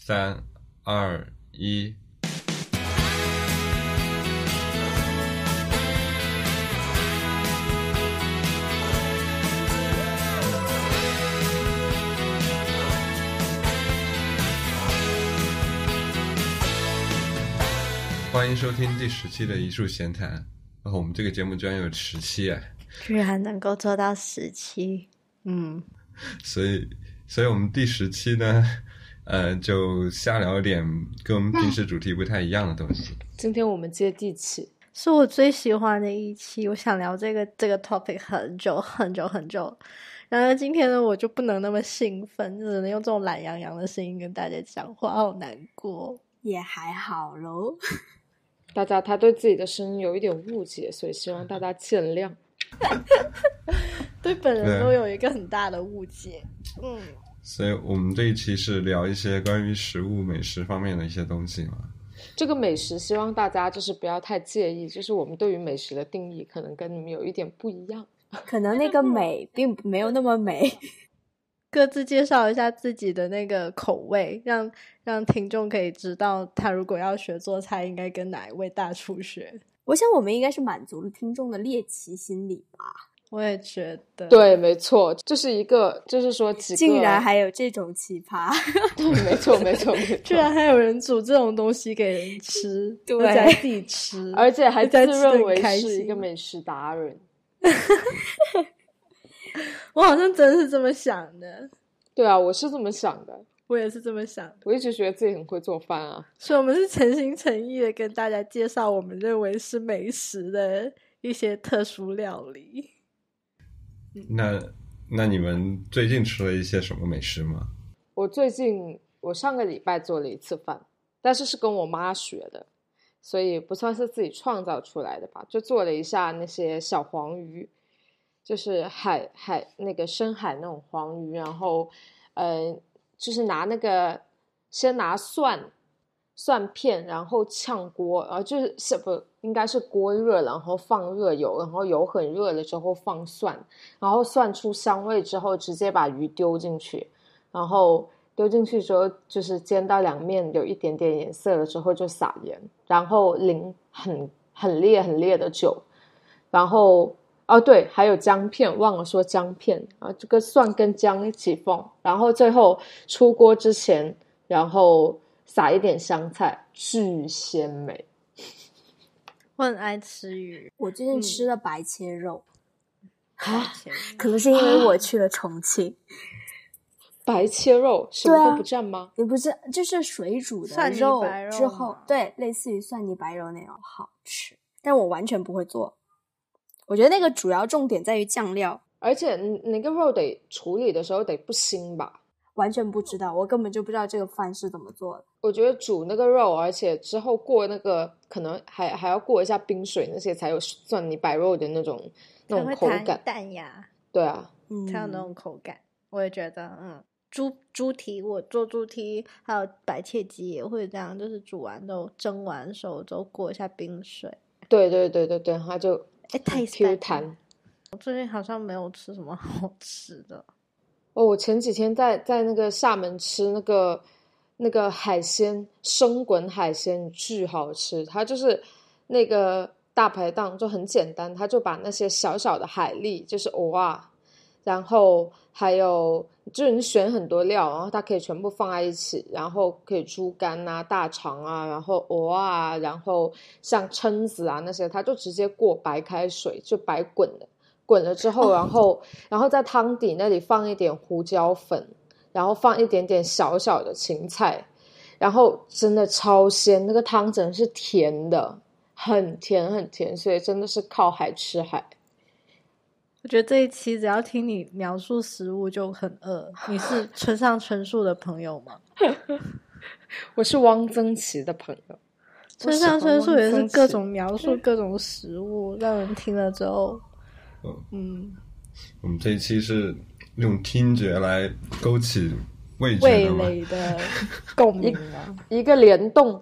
3、2、1。欢迎收听第10期的一树闲谈。我们这个节目居然有10期哎， 居然能够做到10期， 所以我们第10期呢，就瞎聊点跟我们平时主题不太一样的东西。 今天我们接地气， 是我最喜欢的一期，我想聊这个 topic 很久，然而今天呢，我就不能那么兴奋，就只能用这种懒洋洋的声音跟大家讲话，好难过。 也还好咯。 他对自己的声音有一点误解，所以希望大家见谅。 对本人都有一个很大的误解。 所以我们这一期是聊一些关于食物美食方面的一些东西嘛。 这个美食希望大家就是不要太介意，就是我们对于美食的定义可能跟你们有一点不一样， 可能那个美并没有那么美。 各自介绍一下自己的那个口味，让听众可以知道他如果要学做菜应该跟哪一位大厨学。 我想我们应该是满足了听众的猎奇心理吧。 我也觉得对，没错，就是一个就是说几个竟然还有这种奇葩。 对，没错居然还有人煮这种东西给人吃， 对， 而且还自己吃， 而且还自认为是一个美食达人。 我好像真是这么想的。 对啊，我是这么想的。 我也是这么想的。 我一直觉得自己很会做饭啊。 所以我们是诚心诚意的跟大家介绍我们认为是美食的一些特殊料理。 那你们最近吃了一些什么美食吗？ 我上个礼拜做了一次饭，但是跟我妈学的，所以不算是自己创造出来的吧，就做了一下那些小黄鱼，就是海那个深海那种黄鱼，然后就是先拿蒜片，然后炝锅，然后应该是锅热，然后放热油，然后油很热了之后放蒜，然后蒜出香味之后直接把鱼丢进去，然后丢进去之后就是煎到两面有一点点颜色了之后就撒盐，然后淋很烈的酒，然后对，还有姜片，忘了说姜片啊，这个蒜跟姜一起放，然后最后出锅之前，然后撒一点香菜，巨鲜美。 我很爱吃鱼， 我最近吃了白切肉，可能是因为我去了重庆。 白切肉什么都不蘸吗？ 也不是，就是水煮的肉之后，对，类似于蒜泥白肉那种，好吃。但我完全不会做。我觉得那个主要重点在于酱料， 而且那个肉得处理的时候得不腥吧？ 完全不知道，我根本就不知道这个饭是怎么做的。 我觉得煮那个肉，而且之后过那个可能还要过一下冰水，那些才有蒜泥白肉的那种口感， 弹牙。 对啊， 才有那种口感。我也觉得，猪蹄，我做猪蹄还有白切鸡也会这样，就是煮完都蒸完熟之后过一下冰水。 对，它就太 Q 弹。 我最近好像没有吃什么好吃的。 我前几天在那个厦门吃那个海鲜生滚海鲜，巨好吃。它就是那个大排档就很简单，它就把那些小小的海蛎，就是蚵啊，然后还有就是你选很多料，然后它可以全部放在一起，然后可以猪肝啊、大肠啊，然后蚵啊，然后像蛏子啊那些，它就直接过白开水，就白滚了之后，然后在汤底那里放一点胡椒粉，然后放一点点小小的芹菜，然后真的超鲜，那个汤真的是甜的，很甜，所以真的是靠海吃海。 我觉得这一期只要听你描述食物就很饿。你是村上春树的朋友吗？ 我是汪曾祺的朋友。 村上春树也是各种描述各种食物，让人听了之后我们这一期是用听觉来勾起味蕾的共鸣一个联动。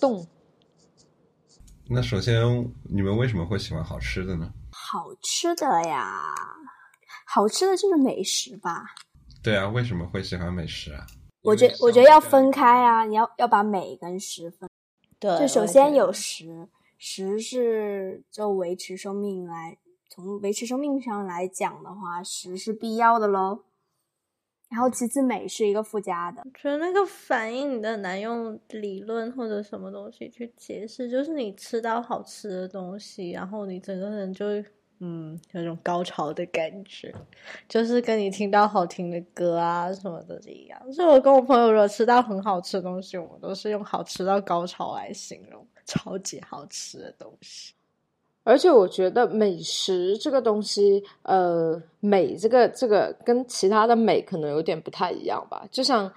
那首先你们为什么会喜欢好吃的呢？ 好吃的呀，好吃的就是美食吧。 对啊，为什么会喜欢美食啊？ 我觉得要分开啊，你要把美跟食分。 对， 就首先有食是就维持生命从维持生命上来讲的话，食是必要的咯。然后其次美是一个附加的。 我觉得那个反应你的难用理论或者什么东西去解释，就是你吃到好吃的东西，然后你整个人就有种高潮的感觉，就是跟你听到好听的歌啊什么的一样。所以我跟我朋友如果吃到很好吃的东西，我们都是用好吃到高潮来形容超级好吃的东西。 而且我觉得美食这个东西，美这个跟其他的美可能有点不太一样吧。就像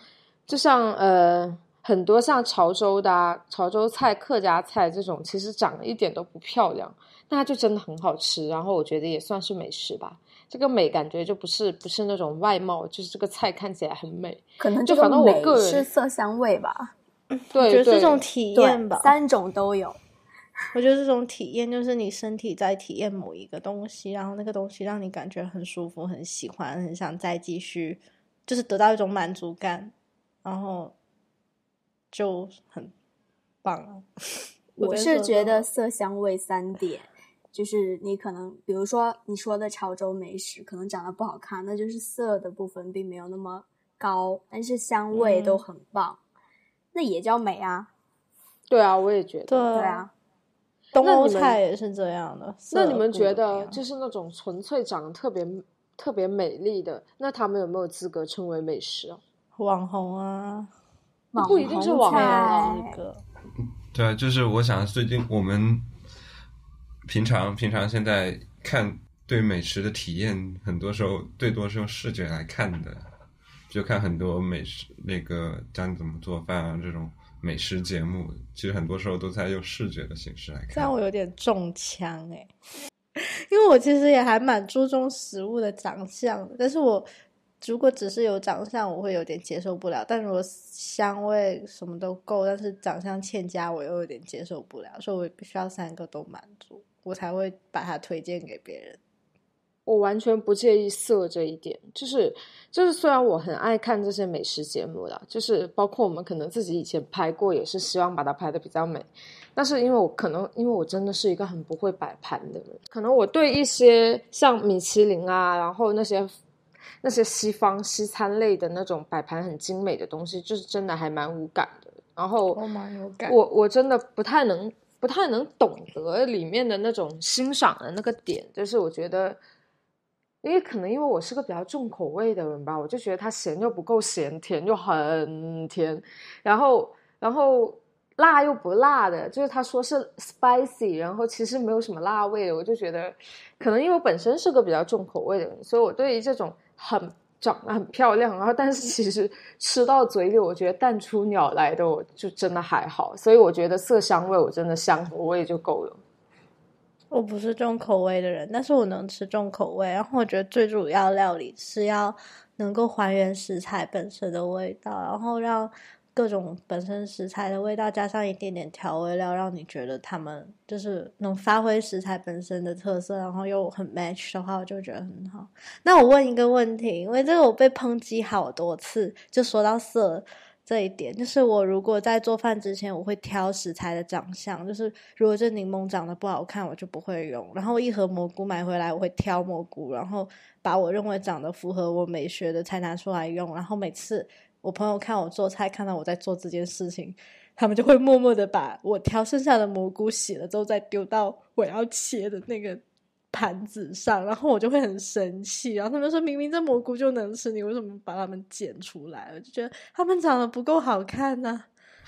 很多像潮州的潮州菜、客家菜这种，其实长得一点都不漂亮，但它就真的很好吃。然后我觉得也算是美食吧。这个美感觉就不是那种外貌，就是这个菜看起来很美， 可能这个美是色香味吧。 对， 我觉得这种体验吧 ，3种都有。 我觉得这种体验就是你身体在体验某一个东西，然后那个东西让你感觉很舒服、很喜欢、很想再继续，就是得到一种满足感，然后就很棒啊。 我是觉得色香味3点，就是你可能比如说你说的潮州美食可能长得不好看，那就是色的部分并没有那么高，但是香味都很棒，那也叫美啊。 对啊，我也觉得。 对啊， 东欧菜也是这样的。 那你们觉得就是那种纯粹长得特别美丽的，那他们有没有资格称为美食啊？ 网红啊， 不一定是网红啊。 对啊，就是我想最近我们平常现在看对美食的体验，很多时候最多是用视觉来看的，就看很多美食那个教你怎么做饭啊这种美食节目，其实很多时候都在用视觉的形式来看。 这样我有点中枪因为我其实也还蛮注重食物的长相的，但是我如果只是有长相我会有点接受不了，但如果香味什么都够，但是长相欠佳我又有点接受不了，所以我必须要3个都满足，我才会把它推荐给别人。 我完全不介意色这一点，就是虽然我很爱看这些美食节目啦，就是包括我们可能自己以前拍过，也是希望把它拍得比较美，但是因为我真的是一个很不会摆盘的人，可能我对一些像米其林啊，然后那些西餐类的那种摆盘很精美的东西，就是真的还蛮无感的。然后我真的不太能懂得里面的那种欣赏的那个点，就是我觉得因为我是个比较重口味的人吧，我就觉得它咸又不够咸，甜又很甜，然后辣又不辣的，就是他说是 spicy， 然后其实没有什么辣味的，我就觉得可能因为我本身是个比较重口味的人，所以我对于这种长得很漂亮，然后但是其实吃到嘴里我觉得淡出鸟来的，我就真的还好，所以我觉得色香味我真的香口味就够了。 我不是重口味的人，但是我能吃重口味，然后我觉得最主要料理是要能够还原食材本身的味道，然后让各种本身食材的味道加上一点点调味料，让你觉得他们就是能发挥食材本身的特色，然后又很 match 的话，我就觉得很好。那我问一个问题，因为这个我被抨击好多次，就说到色这一点，就是我如果在做饭之前我会挑食材的长相，就是如果这柠檬长得不好看我就不会用，然后一盒蘑菇买回来我会挑蘑菇，然后把我认为长得符合我美学的才拿出来用，然后每次我朋友看我做菜看到我在做这件事情，他们就会默默的把我挑剩下的蘑菇洗了之后再丢到我要切的那个盘子上，然后我就会很生气，然后他们说明明这蘑菇就能吃，你为什么把它们剪出来？我就觉得他们长得不够好看啊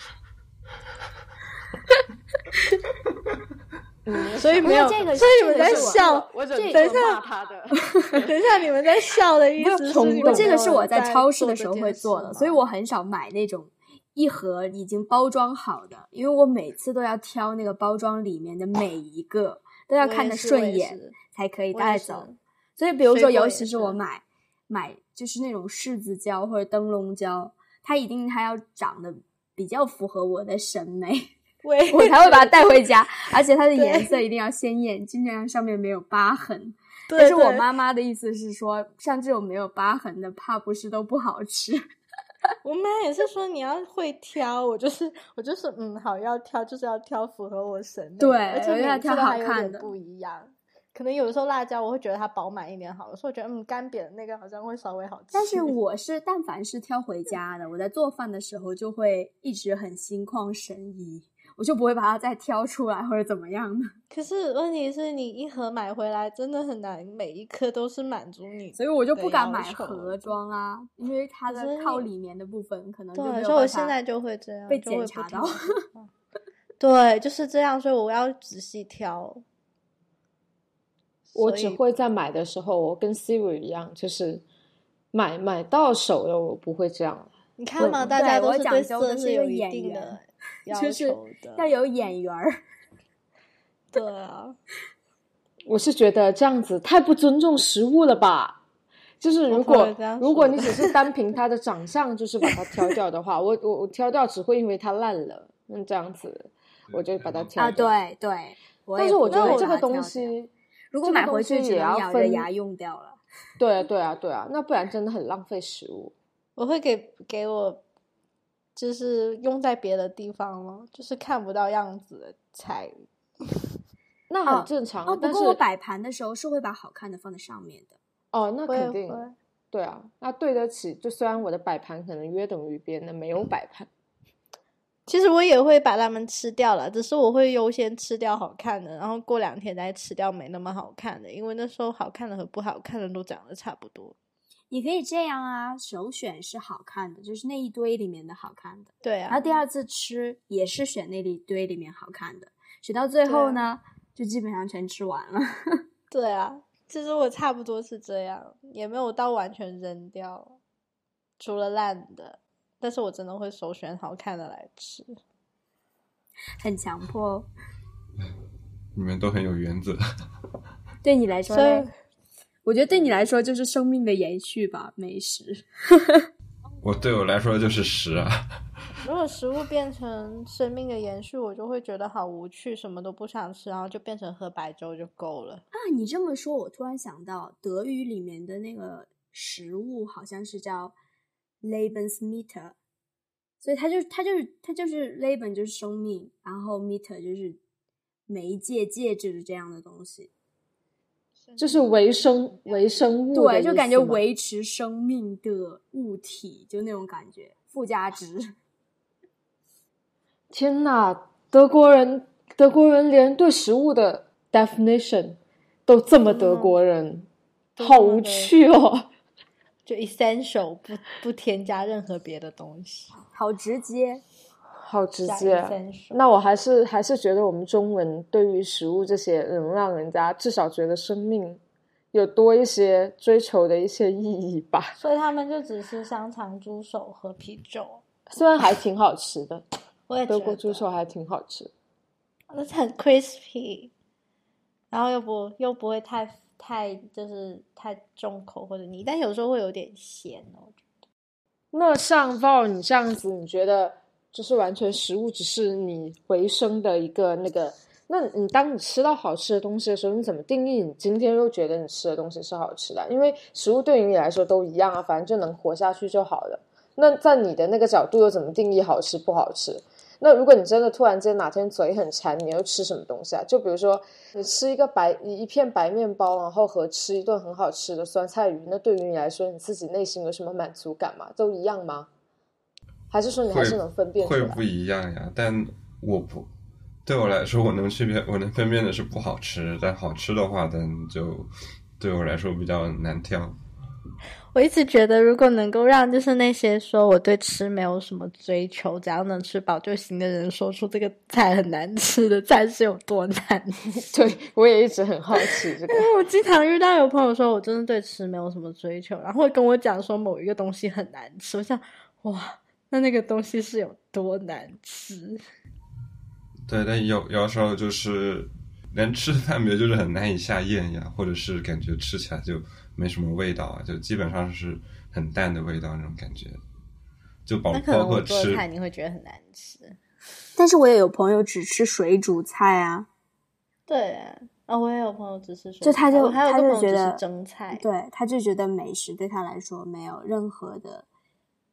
所以没有，所以你们在笑， 我等一下他的等一下你们在笑的意思是你们这个是我在超市的时候会做的，所以我很少买那种一盒已经包装好的，因为我每次都要挑那个包装里面的每一个都要看得顺眼才可以带走，所以比如说尤其是我买就是那种柿子椒或者灯笼椒，它要长得比较符合我的审美我才会把它带回家，而且它的颜色一定要鲜艳，尽量上面没有疤痕。但是我妈妈的意思是说，像这种没有疤痕的怕不是都不好吃我妈也是说你要会挑，我就是好要挑，就是要挑符合我审美的， 对， 而且每次都还有点好看的不一样。可能有的时候辣椒我会觉得它饱满一点好，有时候我觉得干扁的那个好像会稍微好吃。 但是我是但凡是挑回家的，我在做饭的时候就会一直很心旷神怡，我就不会把它再挑出来或者怎么样的。 可是问题是你一盒买回来真的很难每一颗都是满足你， 所以我就不敢买盒装啊，因为它的靠里面的部分可能就没有办法， 对，所以我现在就会这样被检查到。 对，就是这样，所以我要仔细挑。 我只会在买的时候，我跟 Siri 一样，就是买到手了，我不会这样。 你看嘛，大家都是对色是有一定的要求的， 就是要有眼缘儿。 对啊， 我是觉得这样子太不尊重食物了吧？就是如果你只是单凭它的长相，就是把它挑掉的话，我挑掉只会因为它烂了，那这样子我就把它挑掉。 对对， 但是我觉得这个东西。 如果买回去只能咬着牙用掉了， 对啊，那不然真的很浪费食物。 我会给我就是用在别的地方了，就是看不到样子的菜， 那很正常。 不过我摆盘的时候是会把好看的放在上面的。 哦，那肯定，对啊，那对得起。就虽然我的摆盘可能约等于别人的没有摆盘。 其实我也会把它们吃掉了，只是我会优先吃掉好看的，然后过2天再吃掉没那么好看的，因为那时候好看的和不好看的都长得差不多。 你可以这样啊，首选是好看的，就是那一堆里面的好看的。 对啊， 然后第二次吃也是选那一堆里面好看的，选到最后呢，就基本上全吃完了。 对啊，其实我差不多是这样，也没有到完全扔掉，除了烂的。但是我真的会首选好看的来吃， 很强迫。 你们都很有原则。 对你来说呢？我觉得对你来说就是生命的延续吧，美食。 对我来说就是食啊。 如果食物变成生命的延续，我就会觉得好无趣，什么都不想吃，然后就变成喝白粥就够了。 啊，你这么说，我突然想到德语里面的那个食物好像是叫Lebensmittel， 所以它就是 Leben 就是生命，然后 Meter 就是媒介介质的这样的东西， 就是微生物， 对，就感觉维持生命的物体，就那种感觉，附加值。 天哪，德国人连对食物的 definition 都这么德国人，好无趣哦。 就 essential 不添加任何别的东西， 好直接。 那我还是觉得我们中文对于食物这些能让人家至少觉得生命有多一些追求的一些意义吧。 所以他们就只吃香肠、猪手和啤酒， 虽然还挺好吃的。 我也觉得德国猪手还挺好吃， 那很 crispy， 然后又不会太就是太重口或者腻，但有时候会有点咸哦。 那像 Val 你这样子，你觉得就是完全食物只是你维生的一个那个？那你当你吃到好吃的东西的时候，你怎么定义你今天又觉得你吃的东西是好吃的？因为食物对于你来说都一样啊，反正就能活下去就好了。那在你的那个角度又怎么定义好吃不好吃？那如果你真的突然间哪天嘴很馋，你又吃什么东西啊？就比如说你吃一片白面包，然后和吃一顿很好吃的酸菜鱼，那对于你来说你自己内心有什么满足感吗？都一样吗？还是说你还是能分辨出来？ 会不一样呀，但对我来说我能分辨的是不好吃，但好吃的话但就对我来说比较难挑。 我一直觉得如果能够让就是那些说我对吃没有什么追求，只要能吃饱就行的人说出这个菜很难吃的菜是有多难。 对，我也一直很好奇这个。 因为我经常遇到有朋友说我真的对吃没有什么追求，然后会跟我讲说某一个东西很难吃，我想哇，那个东西是有多难吃。 对，但有时候就是连吃饭别就是很难以下咽呀，或者是感觉吃起来就没什么味道啊，就基本上是很淡的味道那种感觉。就包括吃， 那可能我做的菜你会觉得很难吃。 但是我也有朋友只吃水煮菜啊。 对啊，我也有朋友只吃水煮菜， 就他就还有个朋友觉得只吃蒸菜， 对，他就觉得美食对他来说没有任何的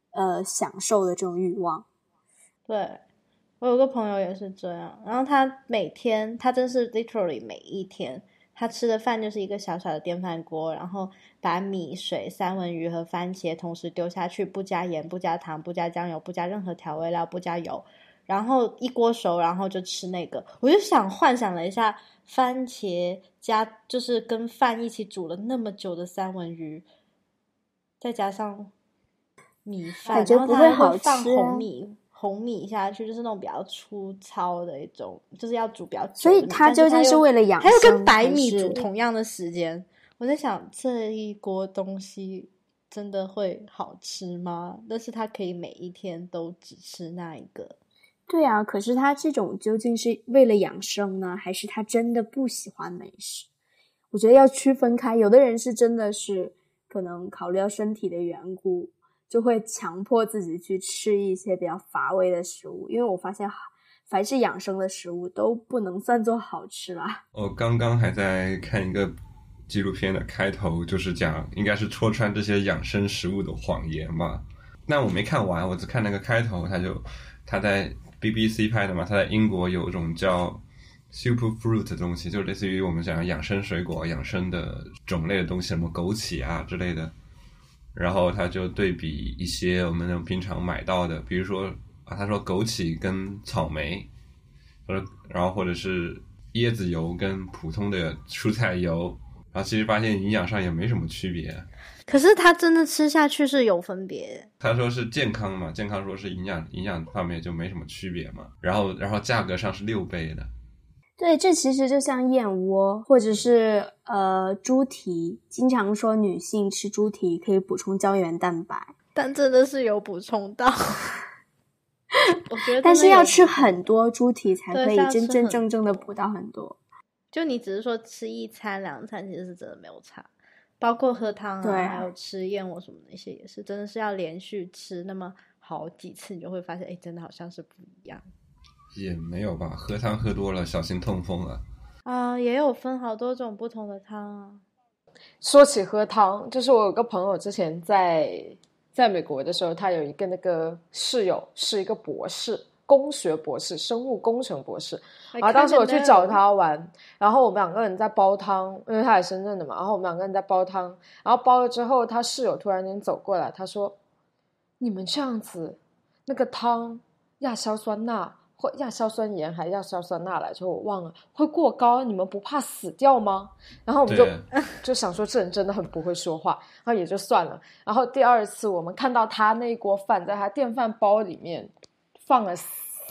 享受的这种欲望。 对，我有个朋友也是这样，然后他每天，他真是 literally 每一天他吃的饭就是一个小小的电饭锅，然后把米、水、三文鱼和番茄同时丢下去，不加盐、不加糖、不加酱油、不加任何调味料、不加油，然后一锅熟，然后就吃那个。我就幻想了一下，番茄加就是跟饭一起煮了那么久的三文鱼，再加上米饭， 感觉不会好吃啊， 然后他还会放红米下去，就是那种比较粗糙的一种，就是要煮比较久的米。 所以它究竟是为了养生， 还有跟白米煮同样的时间。我在想这一锅东西真的会好吃吗？但是他可以每一天都只吃那一个。 对啊，可是他这种究竟是为了养生呢，还是他真的不喜欢美食？我觉得要区分开，有的人是真的是可能考虑到身体的缘故，就会强迫自己去吃一些比较乏味的食物，因为我发现凡是养生的食物都不能算作好吃啦。 我刚刚还在看一个纪录片的开头，就是讲应该是戳穿这些养生食物的谎言吧。那我没看完，我只看那个开头，他在 BBC 拍的嘛，他在英国有一种叫 superfruit 的东西，就类似于我们讲养生水果、养生的种类的东西，什么枸杞啊之类的。然后他就对比一些我们平常买到的，比如说他说枸杞跟草莓，然后或者是椰子油跟普通的蔬菜油，然后其实发现营养上也没什么区别。 可是他真的吃下去是有分别。 他说是健康嘛，健康说是营养方面就没什么区别嘛。然后价格上是6倍的。 对，这其实就像燕窝或者是猪蹄，经常说女性吃猪蹄可以补充胶原蛋白， 但真的是有补充到。我觉得但是要吃很多猪蹄才可以真真正正的补到很多。 就你只是说吃1餐2餐其实是真的没有差，包括喝汤啊，还有吃燕窝什么那些也是，真的是要连续吃那么好几次，你就会发现真的好像是不一样。 也没有吧，喝汤喝多了小心痛风了。 也有分好多种不同的汤啊。 说起喝汤，就是我有个朋友之前在美国的时候，他有一个那个室友是一个博士，工学博士，生物工程博士。然后当时我去找他玩，然后我们2个人在煲汤，因为他也深圳的嘛，然后我们2个人在煲汤，然后煲了之后，他室友突然间走过来，他说：“你们这样子，那个汤亚硝酸钠或亚硝酸盐还是亚硝酸钠来着，我忘了，会过高，你们不怕死掉吗？”然后我们就想说这人真的很不会说话，然后也就算了。然后第2次我们看到他那一锅饭在他电饭煲里面放了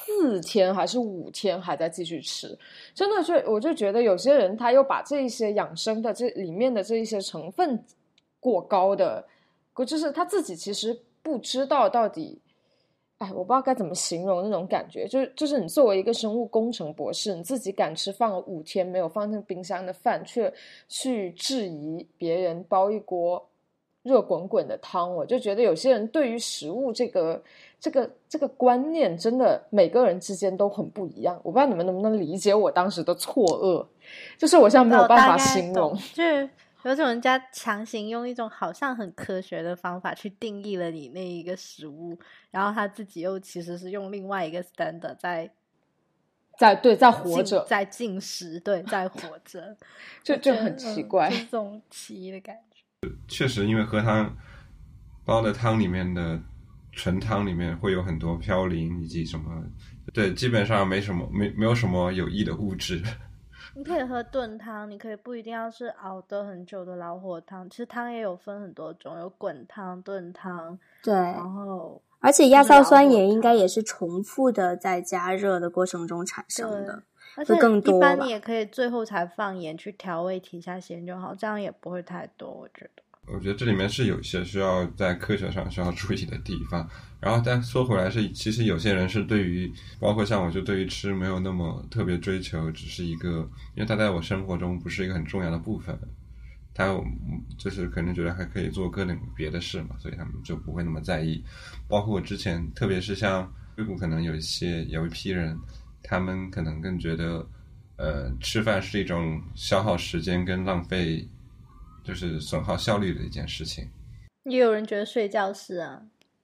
4天还是5天还在继续吃，真的我就觉得有些人他又把这一些养生的这里面的这一些成分过高的，就是他自己其实不知道到底，我不知道该怎么形容那种感觉，就是你作为一个生物工程博士，你自己敢吃放了5天没有放进冰箱的饭，却去质疑别人煲一锅热滚滚的汤，我就觉得有些人对于食物这个观念真的每个人之间都很不一样。我不知道你们能不能理解我当时的错愕，就是我现在没有办法形容， 就是有种人家强行用一种好像很科学的方法去定义了你那一个食物，然后他自己又其实是用另外一个 standard 在活着，在进食，对，在活着就很奇怪， 这种奇异的感觉。 确实因为喝汤煲的汤里面的纯汤里面会有很多嘌呤以及什么，对，基本上没有什么有益的物质。 你可以喝炖汤，你可以不一定要是熬得很久的老火汤，其实汤也有分很多种，有滚汤、炖汤， 对， 然后而且亚硝酸盐应该也是重复的在加热的过程中产生的，会更多吧。 一般你也可以最后才放盐去调味提下咸就好，这样也不会太多，我觉得。 我觉得这里面是有一些需要在科学上需要注意的地方，然后但说回来其实有些人是对于包括像我就对于吃没有那么特别追求，只是一个因为它在我生活中不是一个很重要的部分，他就是可能觉得还可以做各种别的事嘛，所以他们就不会那么在意。包括我之前特别是像硅谷可能有一批人，他们可能更觉得吃饭是一种消耗时间跟浪费，就是损耗效率的一件事情。 也有人觉得睡觉是啊，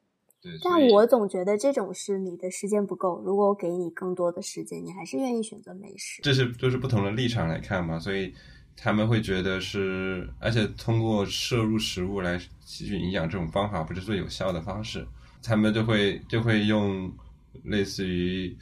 对， 但我总觉得这种是你的时间不够，如果我给你更多的时间，你还是愿意选择美食。 这是就是不同的立场来看嘛，所以他们会觉得是，而且通过摄入食物来吸取营养这种方法不是最有效的方式，他们就会用类似于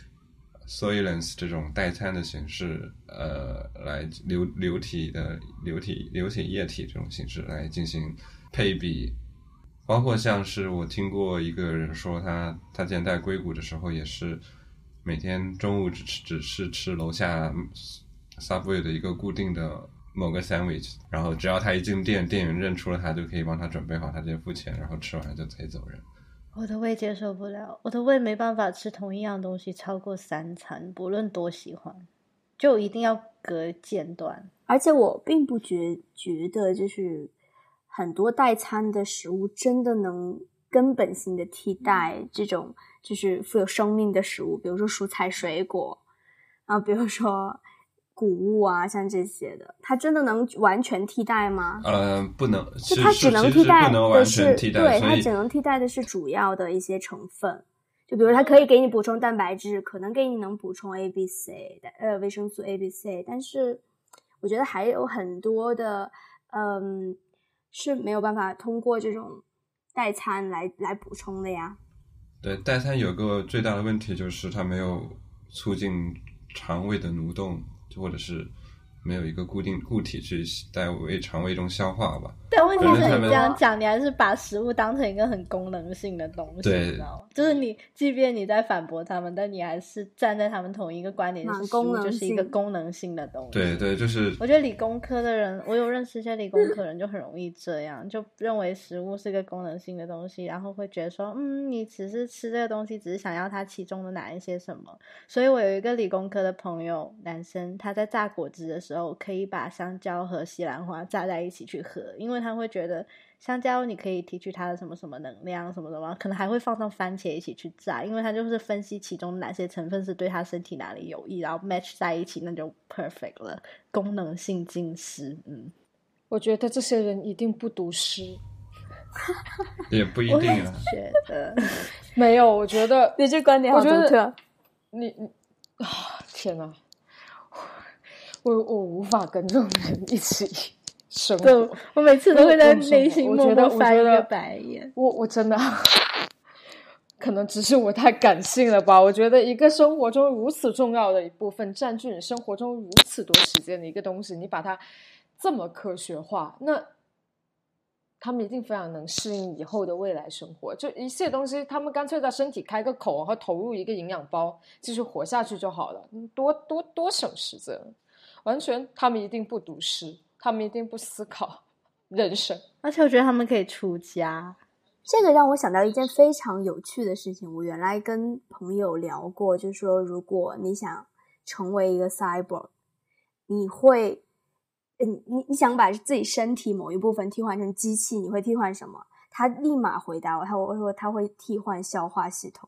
Soylent 这种代餐的形式，来流体液体这种形式来进行配比。包括像是我听过一个人说他之前在硅谷的时候也是每天中午只是吃楼下 Subway 的一个固定的某个 sandwich， 然后只要他一进店，店员认出了他就可以帮他准备好，他直接付钱，然后吃完就可以走人。 我的胃接受不了，我的胃没办法吃同一样东西超过3餐，不论多喜欢，就一定要隔间断。 而且我并不觉得就是很多代餐的食物真的能根本性的替代这种就是富有生命的食物，比如说蔬菜水果，然后比如说谷物啊，像这些的，它真的能完全替代吗？ 不能， 就它只能替代的是， 对， 它只能替代的是主要的一些成分。就比如它可以给你补充蛋白质，可能给你能补充 ABC 维生素 ABC， 但是我觉得还有很多的是没有办法通过这种代餐来补充的呀。 对，代餐有个最大的问题就是它没有促进肠胃的蠕动，或者是没有一个固定固体去在肠胃中消化吧。 但问题是你这样讲，你还是把食物当成一个很功能性的东西，你知道吗？就是你即便你在反驳他们，但你还是站在他们同一个观点，就是食物就是一个功能性的东西。 对对，就是我觉得理工科的人，我有认识一些理工科人就很容易这样，就认为食物是个功能性的东西，然后会觉得说你只是吃这个东西只是想要它其中的哪一些什么。所以我有一个理工科的朋友，男生，他在榨果汁的时候可以把香蕉和西兰花榨在一起去喝，因为他会觉得香蕉你可以提取它的什么什么能量什么什么，可能还会放上番茄一起去榨，因为他就是分析其中哪些成分是对他身体哪里有益，然后 match 在一起，那就 perfect 了，功能性进食。 我觉得这些人一定不读诗。 也不一定啊。 我觉得没有，我觉得你这观点好独特。 你天哪，我无法跟这种人一起生活。 我每次都会在内心默默翻一个白眼。 我真的可能只是我太感性了吧。我觉得一个生活中如此重要的一部分，占据你生活中如此多时间的一个东西，你把它这么科学化，那他们一定非常能适应以后的未来生活。就一切东西他们干脆在身体开个口，然后投入一个营养包继续活下去就好了，多省时间。完全他们一定不读诗，他们一定不思考人生， 而且我觉得他们可以出家。 这个让我想到一件非常有趣的事情，我原来跟朋友聊过，就是说如果你想成为一个 cyborg， 你会你想把自己身体某一部分替换成机器，你会替换什么？他立马回答我说他会替换消化系统，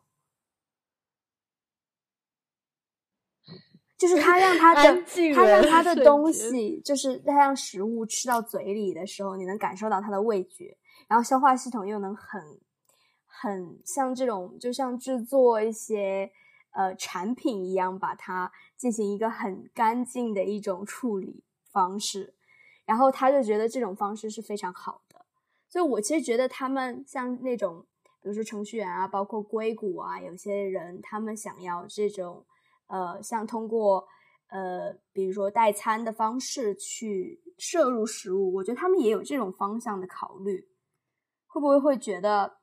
就是他让他的东西，就是他让食物吃到嘴里的时候，你能感受到他的味觉，然后消化系统又能很像这种，就像制作一些产品一样，把它进行一个很干净的一种处理方式，然后他就觉得这种方式是非常好的。所以我其实觉得他们像那种比如说程序员啊，包括硅谷啊，有些人他们想要这种像通过比如说代餐的方式去摄入食物，我觉得他们也有这种方向的考虑。会不会觉得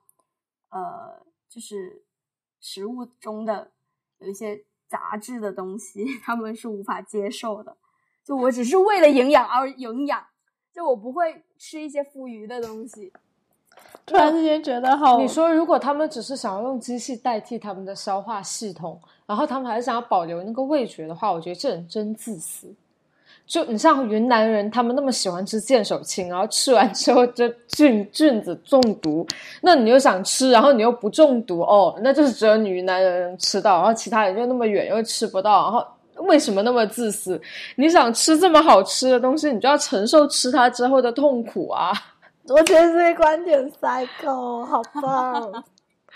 就是食物中的有一些杂质的东西他们是无法接受的，就我只是为了营养而营养，就我不会吃一些富余的东西。 突然之间觉得好， 你说如果他们只是想要用机器代替他们的消化系统，然后他们还是想要保留那个味觉的话，我觉得这人真自私。就你像云南人，他们那么喜欢吃剑手青，然后吃完之后就菌子中毒，那你又想吃，然后你又不中毒，那就是只有你云南人吃到，然后其他人就那么远又吃不到，然后为什么那么自私？你想吃这么好吃的东西，你就要承受吃它之后的痛苦啊。 我觉得这个观点psycho，好棒。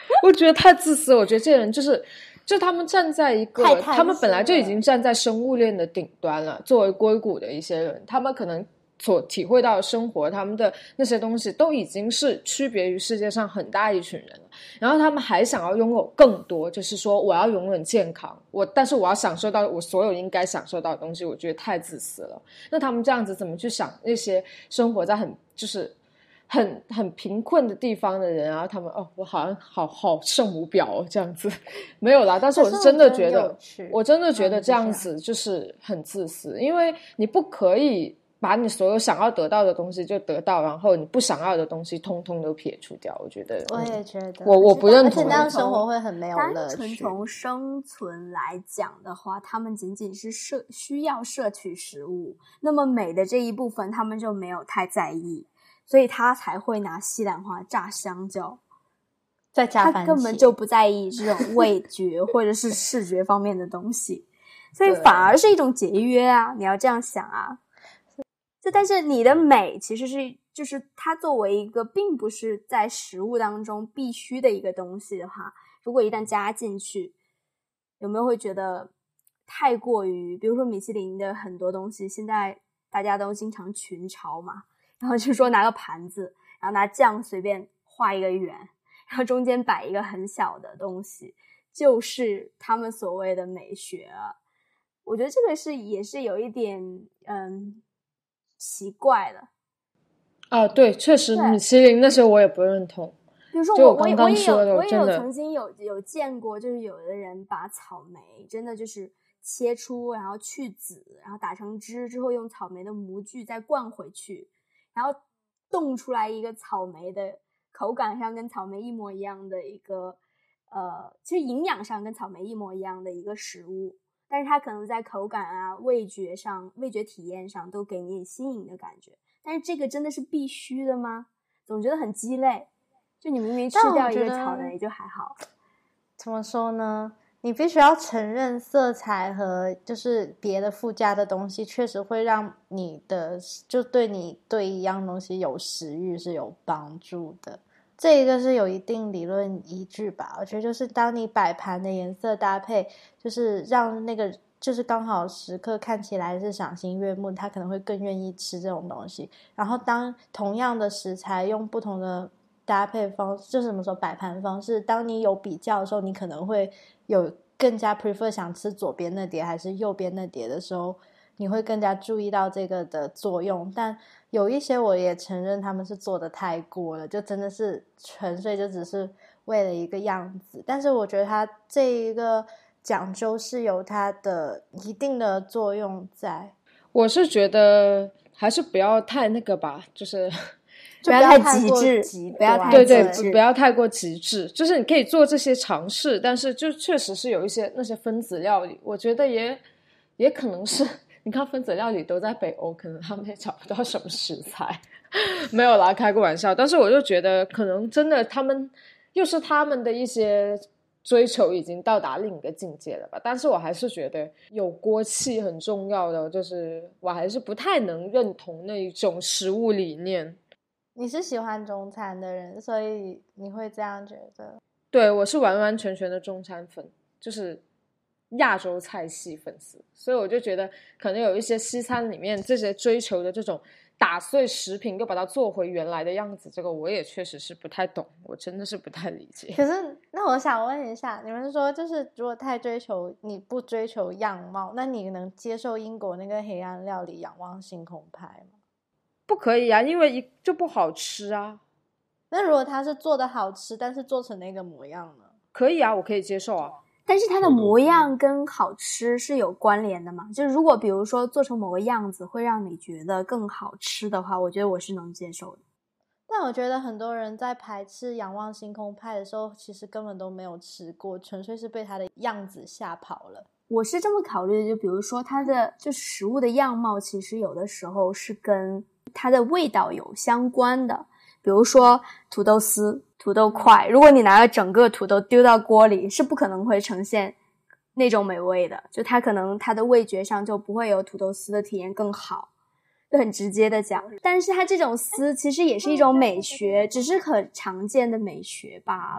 我觉得太自私了。我觉得这些人就他们站在一个他们本来就已经站在生物链的顶端了，作为硅谷的一些人，他们可能所体会到的生活，他们的那些东西都已经是区别于世界上很大一群人了，然后他们还想要拥有更多，就是说我要永远健康，但是我要享受到我所有应该享受到的东西，我觉得太自私了。那他们这样子怎么去想那些生活在很贫困的地方的人，然后他们我好像好圣母婊这样子，没有啦。但是我是真的觉得，我真的觉得这样子就是很自私，因为你不可以把你所有想要得到的东西就得到，然后你不想要的东西通通都撇除掉。我觉得， 我也觉得， 我不认同。 而且那样生活会很没有乐趣。 单纯从生存来讲的话，他们仅仅是需要摄取食物，那么美的这一部分他们就没有太在意。所以他才会拿西兰花炸香蕉， 再加番茄， 他根本就不在意这种味觉或者是视觉方面的东西，所以反而是一种节约啊！你要这样想啊。但是你的美其实就是它作为一个并不是在食物当中必须的一个东西的话，如果一旦加进去，有没有会觉得太过于，比如说米其林的很多东西，现在大家都经常群嘲嘛。然后就说拿个盘子，然后拿酱随便画一个圆，然后中间摆一个很小的东西，就是他们所谓的美学啊。我觉得这个也是有一点奇怪的啊。对，确实米其林那些我也不认同。 比如说我刚刚说的， 我也有曾经有见过，就是有的人把草莓真的就是切出，然后去籽，然后打成汁之后，用草莓的模具再灌回去。然后冻出来一个草莓的口感上跟草莓一模一样的一个其实营养上跟草莓一模一样的一个食物，但是它可能在口感啊味觉体验上都给你新颖的感觉。但是这个真的是必须的吗？总觉得很鸡肋，就你明明吃掉一个草莓就还好。 怎么说呢，你必须要承认色彩和就是别的附加的东西确实会让你的就对你对一样东西有食欲是有帮助的，这一个是有一定理论依据吧。我觉得就是当你摆盘的颜色搭配就是让那个就是刚好时刻看起来是赏心悦目，他可能会更愿意吃这种东西。然后当同样的食材用不同的搭配方式，就是怎么说摆盘方式，当你有比较的时候，你可能会有更加 prefer 想吃左边那碟还是右边那碟的时候，你会更加注意到这个的作用。但有一些我也承认他们是做的太过了，就真的是纯粹就只是为了一个样子。但是我觉得它这一个讲究是有它的一定的作用在。 我是觉得还是不要太那个吧，就是不要太极致，不要太极致， 对，不要太过极致。就是你可以做这些尝试，但是就确实是有一些那些分子料理，我觉得也可能是，你看分子料理都在北欧，可能他们也找不到什么食材，没有啦，开个玩笑。但是我就觉得可能真的他们又是他们的一些追求已经到达另一个境界了吧。但是我还是觉得有锅气很重要的，就是我还是不太能认同那一种食物理念。 你是喜欢中餐的人，所以你会这样觉得？ 对，我是完完全全的中餐粉，就是亚洲菜系粉丝，所以我就觉得可能有一些西餐里面这些追求的这种打碎食品又把它做回原来的样子，这个我也确实是不太懂，我真的是不太理解。 可是那我想问一下，你们说就是如果太追求，你不追求样貌，那你能接受英国那个黑暗料理仰望星空派吗？ 不可以啊，因为就不好吃啊。 那如果它是做的好吃，但是做成那个模样呢？ 可以啊，我可以接受啊。 但是它的模样跟好吃是有关联的嘛？就是如果比如说做成某个样子会让你觉得更好吃的话，我觉得我是能接受的。 但我觉得很多人在排斥仰望星空派的时候，其实根本都没有吃过，纯粹是被它的样子吓跑了。 我是这么考虑的，就比如说它的就是食物的样貌，其实有的时候是跟它的味道有相关的。比如说土豆丝、土豆块，如果你拿了整个土豆丢到锅里，是不可能会呈现那种美味的，就它可能它的味觉上就不会有土豆丝的体验更好，就很直接的讲。但是它这种丝其实也是一种美学，只是很常见的美学罢了。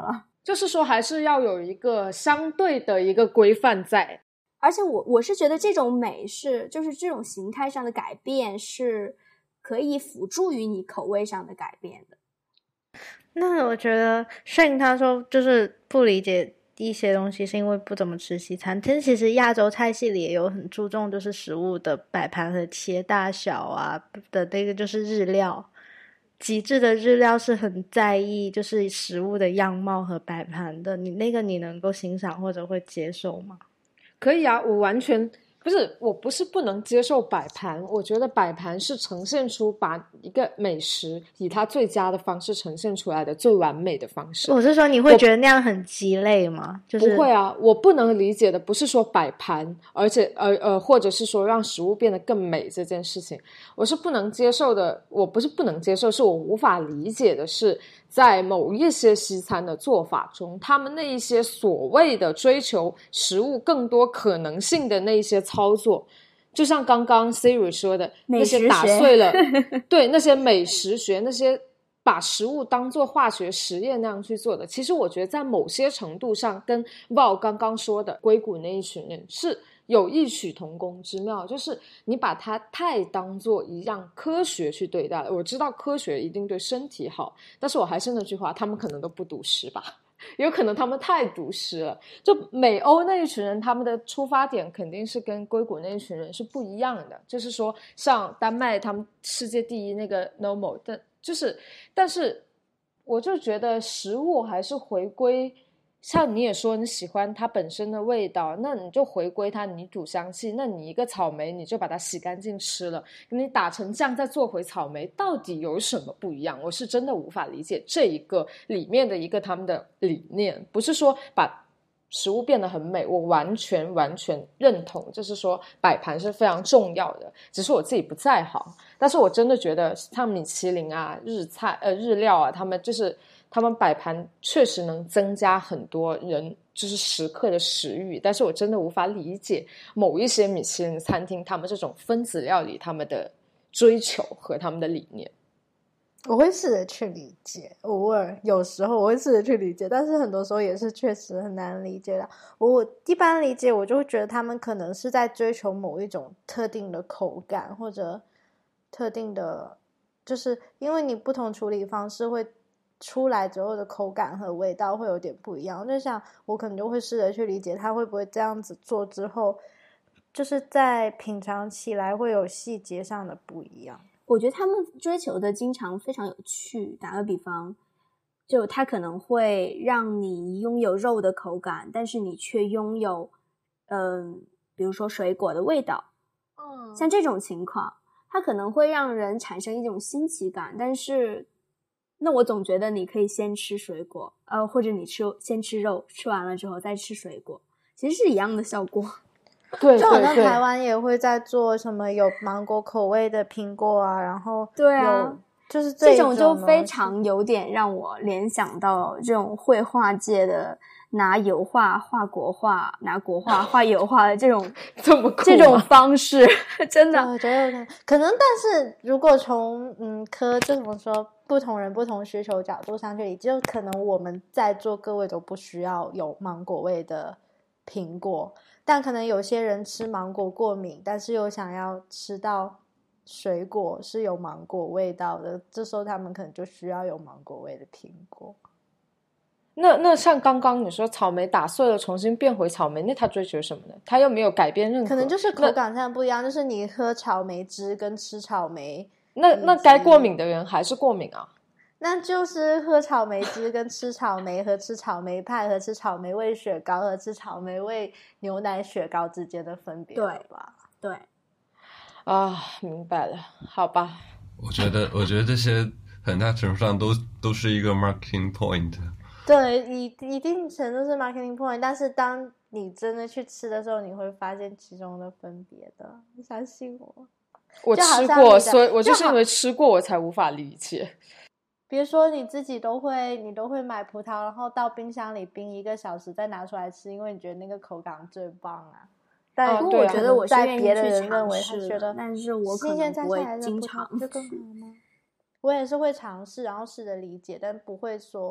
就是说还是要有一个相对的一个规范在。 而且我是觉得这种美是就是这种形态上的改变是可以辅助于你口味上的改变的。 那我觉得Shane他说就是不理解一些东西是因为不怎么吃西餐，但其实亚洲菜系里也有很注重就是食物的摆盘和切大小啊的那个就是日料，极致的日料是很在意就是食物的样貌和摆盘的，你能够欣赏或者会接受吗？ 可以啊，我完全我不是不能接受摆盘，我觉得摆盘是呈现出把一个美食以它最佳的方式呈现出来的最完美的方式。 我是说你会觉得那样很鸡肋吗？就是不会啊，我不能理解的不是说摆盘，而且或者是说让食物变得更美这件事情，我是不能接受的。我不是不能接受，是我无法理解的是，在某一些西餐的做法中，他们那一些所谓的追求食物更多可能性的那一些操作，就像刚刚 Siri 说的，那些打碎了对，那些美食学，那些把食物当作化学实验那样去做的，其实我觉得在某些程度上跟 Val 刚刚说的硅谷那一群人是有异曲同工之妙，就是你把它太当作一样科学去对待了。我知道科学一定对身体好，但是我还是那句话，他们可能都不读诗吧，有可能他们太读诗了。就美欧那一群人，他们的出发点肯定是跟硅谷那一群人是不一样的，就是说像丹麦他们世界第一那个 Normal 的但是我就觉得食物还是回归，像你也说你喜欢它本身的味道，那你就回归它泥土香气。那你一个草莓你就把它洗干净吃了，你打成酱再做回草莓，到底有什么不一样？我是真的无法理解这一个里面的一个他们的理念。不是说把食物变得很美，我完全认同，就是说摆盘是非常重要的，只是我自己不在行。但是我真的觉得像米其林啊、日料啊，他们摆盘确实能增加很多人就是食客的食欲，但是我真的无法理解某一些米其林餐厅他们这种分子料理他们的追求和他们的理念。 我会试着去理解，偶尔有时候我会试着去理解，但是很多时候也是确实很难理解的。我一般理解，我就会觉得他们可能是在追求某一种特定的口感，或者特定的，就是因为你不同处理方式会出来之后的口感和味道会有点不一样。就像我可能就会试着去理解他会不会这样子做之后，就是在品尝起来会有细节上的不一样。 我觉得他们追求的经常非常有趣。打个比方，就它可能会让你拥有肉的口感，但是你却拥有比如说水果的味道。像这种情况它可能会让人产生一种新奇感，但是那我总觉得你可以先吃水果或者你先吃肉，吃完了之后再吃水果，其实是一样的效果。 对， 就好像台湾也会在做什么有芒果口味的苹果啊，然后对啊， 就是这种就非常有点让我联想到这种绘画界的拿油画画国画，拿国画画油画的这种这种方式，真的我觉得可能。但是如果从就怎么说，不同人不同需求角度上去理解，就可能我们在座各位都不需要有芒果味的苹果，但可能有些人吃芒果过敏，但是又想要吃到水果是有芒果味道的，这时候他们可能就需要有芒果味的苹果。 那像刚刚你说草莓打碎了重新变回草莓，那他追求什么呢？他又没有改变任何， 可能就是口感上不一样，就是你喝草莓汁跟吃草莓， 那该过敏的人还是过敏啊。 那就是喝草莓汁跟吃草莓和吃草莓派和吃草莓味雪糕和吃草莓味牛奶雪糕之间的分别了吧？ 对啊，明白了，好吧。 我觉得这些很大程度上都是一个 marketing point。 对，一定程度是 marketing point， 但是当你真的去吃的时候，你会发现其中的分别的，你相信我。 我吃过，所以我就是因为吃过我才无法理解。 比如说你自己都会买葡萄，然后到冰箱里冰1个小时再拿出来吃，因为你觉得那个口感最棒啊。但不过我觉得我是愿意别的人认为他觉得， 但是我可能不会经常就更好吗？我也是会尝试，然后试着理解，但不会说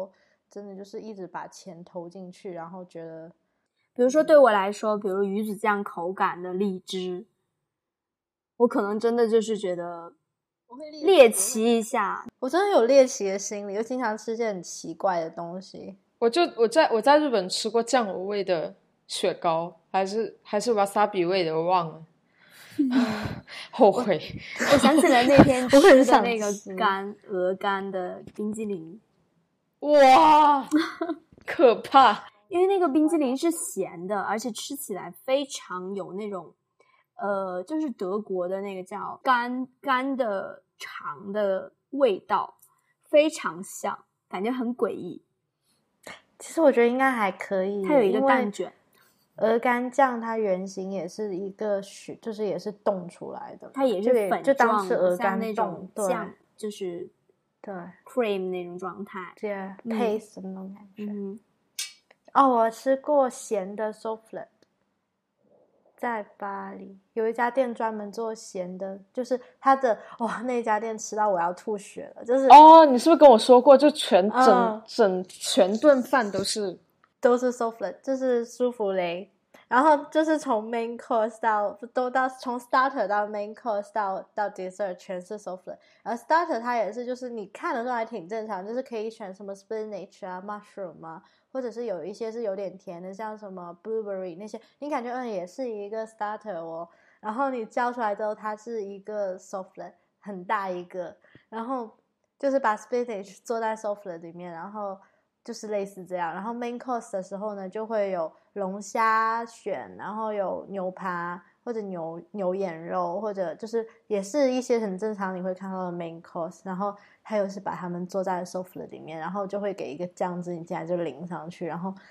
真的就是一直把钱投进去，然后觉得， 比如说对我来说，比如鱼子酱口感的荔枝，我可能真的就是觉得猎奇一下。 我真的有猎奇的心理，又经常吃一些很奇怪的东西。 我在日本吃过酱油味的雪糕，还是 wasabi 味的，我忘了。后悔。 我想起来那天吃的那个鹅肝的冰激凌， 哇，可怕！ 因为那个冰激凌是咸的，而且吃起来非常有那种就是德国的那个叫干的肠的味道，非常像，感觉很诡异。 其实我觉得应该还可以， 它有一个蛋卷。 鹅肝酱它原型也是一个就是也是冻出来的， 它也是粉状的， 就当吃鹅肝那种酱，就是对 cream 那种状态， 对 paste 的那种感觉。哦，我吃过咸的 souffle， 在巴黎有一家店专门做咸的，就是它的那家店吃到我要吐血了，就是你是不是跟我说过，就全顿饭都是 souffle， 就是舒芙蕾，然后就是从 main course 从 starter 到 main course 到 dessert 全是 souffle， 而 starter 它也是就是你看的时候还挺正常，就是可以选什么 spinach 啊 mushroom 啊，或者是有一些是有点甜的，像什么 blueberry 那些，你感觉也是一个 starter 哦，然后你叫出来之后它是一个 souffle 很大一个，然后就是把 spinach 做在 souffle 里面，然后就是类似这样，然后 main course 的时候呢就会有龙虾选，然后有牛扒或者牛眼肉，或者就是也是一些很正常你会看到的 main course， 然后还有是把它们做在 souffle 里面，然后就会给一个酱汁，你进来就淋上去，然后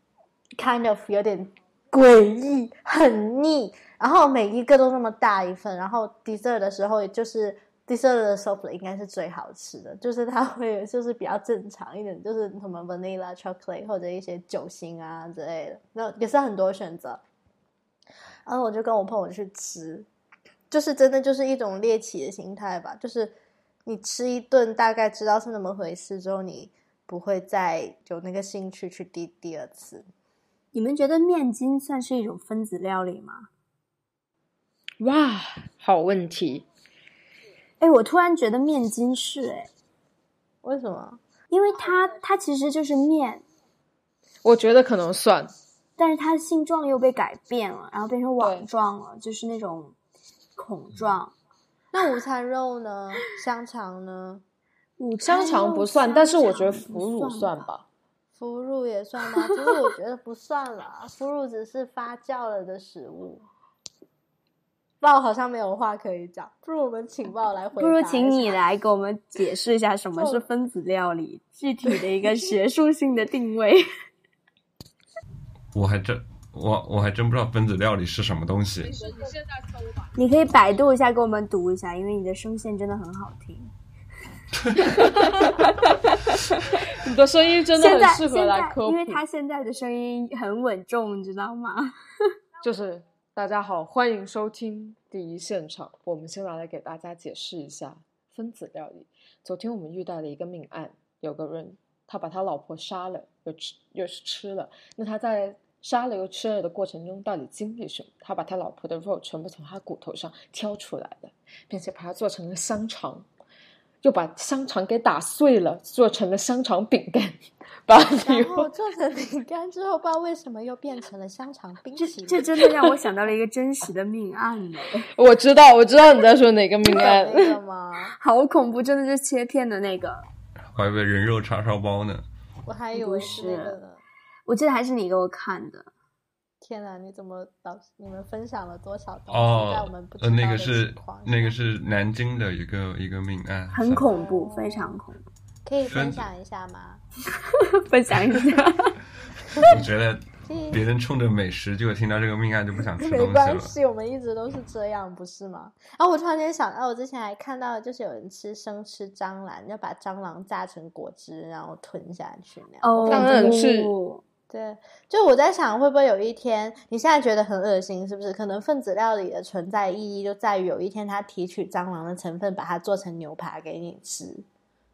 kind of 有点诡异很腻，然后每一个都那么大一份，然后 dessert 的时候就是dessert 的 souffle 应该是最好吃的，就是它会就是比较正常一点，就是什么 vanilla chocolate 或者一些酒心啊之类的，那也是很多选择。然后我就跟我朋友去吃，就是真的就是一种猎奇的心态吧，就是你吃一顿大概知道是那么回事之后，你不会再有那个兴趣去第二次。 你们觉得面筋算是一种分子料理吗？ 哇，好问题。 我突然觉得面筋是为什么？ 因为它其实就是面， 我觉得可能算， 但是它的性状又被改变了，然后变成网状了，就是那种孔状。 那午餐肉呢？香肠呢？ 香肠不算，但是我觉得腐乳算吧。 腐乳也算吗？其实我觉得不算啦，腐乳只是发酵了的食物。豹好像没有话可以讲，不如我们请豹来回答。 不如请你来给我们解释一下什么是分子料理，具体的一个学术性的定位。 我还真不知道分子料理是什么东西。 你可以百度一下给我们读一下，因为你的声线真的很好听。 你的声音真的很适合来科普， 因为他现在的声音很稳重，你知道吗？ 就是大家好，欢迎收听第一现场。我们先来给大家解释一下分子料理。昨天我们遇到了一个命案，有个人他把他老婆杀了又吃了，那他在杀了又吃了的过程中到底经历什么？他把他老婆的肉全部从他骨头上挑出来了，并且把它做成了香肠，又把香肠给打碎了，做成了香肠饼干， 然后做成饼干之后，不知道为什么又变成了香肠冰淇淋。 这真的让我想到了一个真实的命案呢。 我知道你在说哪个命案。 那个吗？ 好恐怖，真的是切片的那个。 我还以为人肉叉烧包呢。 我还以为是那个呢。 我记得还是你给我看的。 天哪，你们分享了多少东西在我们不知道的情况下？ 那个是南京的一个命案， 很恐怖，非常恐怖。 可以分享一下吗？ 分享一下。 我觉得别人冲着美食就听到这个命案就不想吃东西了。 没关系，我们一直都是这样，不是吗？然后我突然间想到，我之前还看到就是有人吃蟑螂，要把蟑螂榨成果汁然后吞下去那样。 哦， 当然是。 对，就我在想会不会有一天你现在觉得很恶心是不是？可能分子料理的存在意义就在于有一天它提取蟑螂的成分把它做成牛扒给你吃，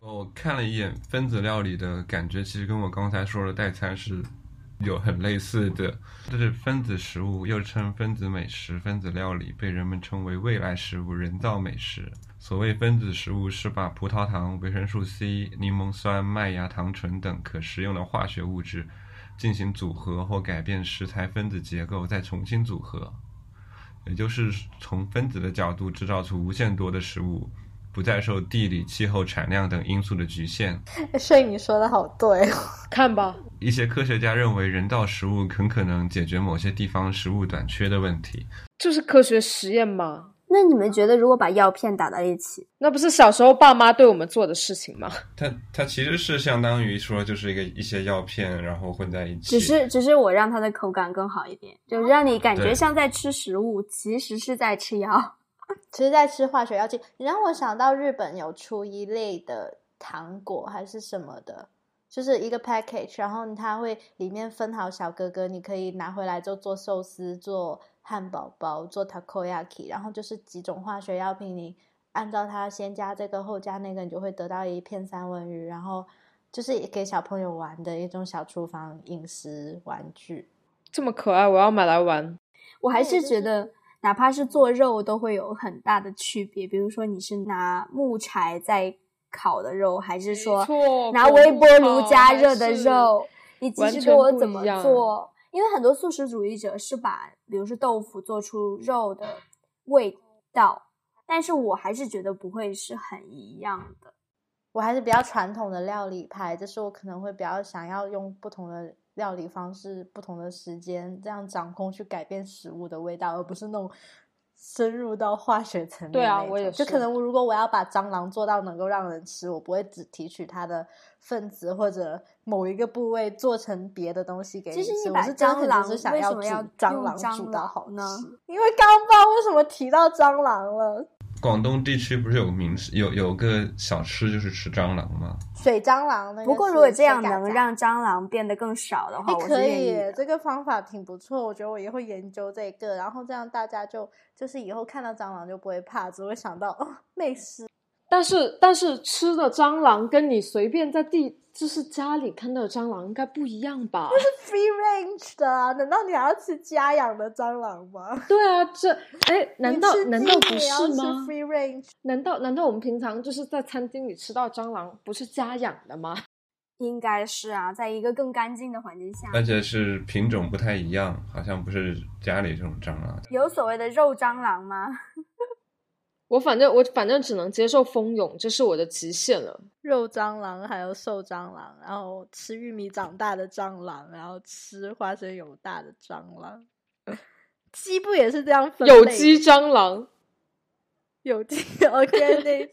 我看了一眼分子料理的感觉，其实跟我刚才说的代餐是有很类似的。就是分子食物又称分子美食、分子料理，被人们称为未来食物、人造美食。所谓分子食物是把葡萄糖、维生素 C、柠檬酸、麦芽糖醇等可食用的化学物质进行组合或改变食材分子结构，再重新组合，也就是从分子的角度制造出无限多的食物，不再受地理、气候、产量等因素的局限。 所以你说的好对哦。 看吧， 一些科学家认为人造食物很可能解决某些地方食物短缺的问题。 就是科学实验嘛。 那你们觉得如果把药片打到一起， 那不是小时候爸妈对我们做的事情吗？ 它其实是相当于说就是一些药片然后混在一起， 只是我让它的口感更好一点，就让你感觉像在吃食物，其实是在吃药， 其实在吃化学药剂。你让我想到日本有出一类的糖果还是什么的，就是一个 package， 然后它会里面分好小哥哥，你可以拿回来就做寿司、做汉堡包、做 takoyaki， 然后就是几种化学药品，你按照它先加这个后加那个，你就会得到一片三文鱼，然后就是给小朋友玩的一种小厨房饮食玩具。 这么可爱，我要买来玩。 我还是觉得哪怕是做肉都会有很大的区别，比如说你是拿木柴在烤的肉，还是说拿微波炉加热的肉，你继续给我怎么做。因为很多素食主义者是把比如说豆腐做出肉的味道，但是我还是觉得不会是很一样的。 我还是比较传统的料理派，就是我可能会比较想要用不同的料理方式、不同的时间，这样掌控去改变食物的味道，而不是那种深入到化学层面。 对啊，我也是。 就可能如果我要把蟑螂做到能够让人吃，我不会只提取它的分子或者某一个部位做成别的东西给你吃。 其实你把蟑螂是想要为什么蟑螂用煮到好吃呢？ 因为刚刚不知道为什么提到蟑螂了。 广东地区不是有个小吃就是吃蟑螂吗？ 水蟑螂那个。 不过如果这样能让蟑螂变得更少的话，我是愿意的。 可以，这个方法挺不错，我觉得我也会研究这个，然后这样大家就是以后看到蟑螂就不会怕，只会想到美食。 但是吃的蟑螂跟你随便在就是家里看到的蟑螂应该不一样吧？ 这是 free range 的啊，难道你还要吃家养的蟑螂吗？ 对啊，难道不是吗？ free range？ 难道我们平常就是在餐厅里吃到蟑螂不是家养的吗？ 应该是啊，在一个更干净的环境下， 而且是品种不太一样，好像不是家里这种蟑螂。 有所谓的肉蟑螂吗？ 我反正只能接受蜂蛹，这是我的极限了。 肉蟑螂还有瘦蟑螂，然后吃玉米长大的蟑螂，然后吃花生油大的蟑螂。鸡不也是这样分类？ 有机蟑螂， 有机 organic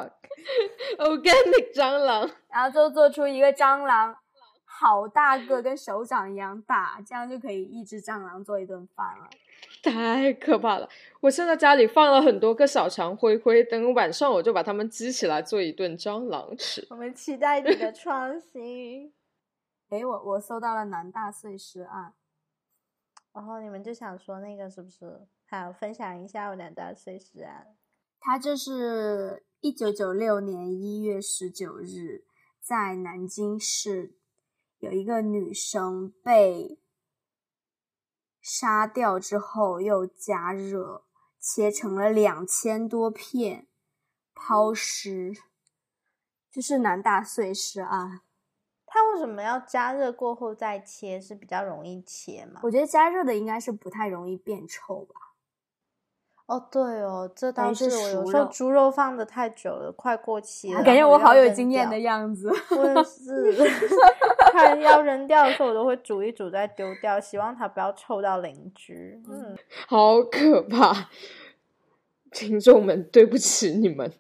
organic 蟑螂， 然后就做出一个蟑螂好大个，跟手掌一样大，这样就可以一只蟑螂做一顿饭了。 太可怕了！我现在家里放了很多个小强灰灰，等晚上我就把它们积起来做一顿蟑螂吃。 我们期待你的创新。 我搜到了南大碎尸案， 然后你们就想说那个是不是？好，分享一下我南大碎尸案。 它这是1996年1月19日，在南京市有一个女生被杀掉之后又加热，切成了2000多片，抛尸，这是南大碎尸案。 它为什么要加热过后再切？是比较容易切吗？ 我觉得加热的应该是不太容易变臭吧。 哦，对哦，这倒是。我有时候猪肉放的太久了，快过期了， 感觉我好有经验的样子。 我也是，看要扔掉的时候，我都会煮一煮再丢掉，希望它不要臭到邻居。 好可怕，听众们，对不起你们。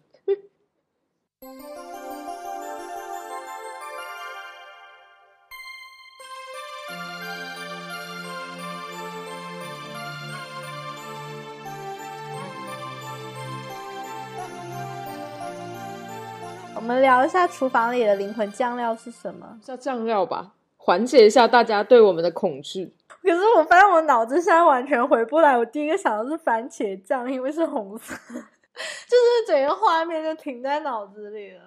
我们聊一下厨房里的灵魂酱料是什么？ 叫酱料吧，缓解一下大家对我们的恐惧。 可是我发现我脑子现在完全回不来，我第一个想到是番茄酱，因为是红色，就是整个画面就停在脑子里了，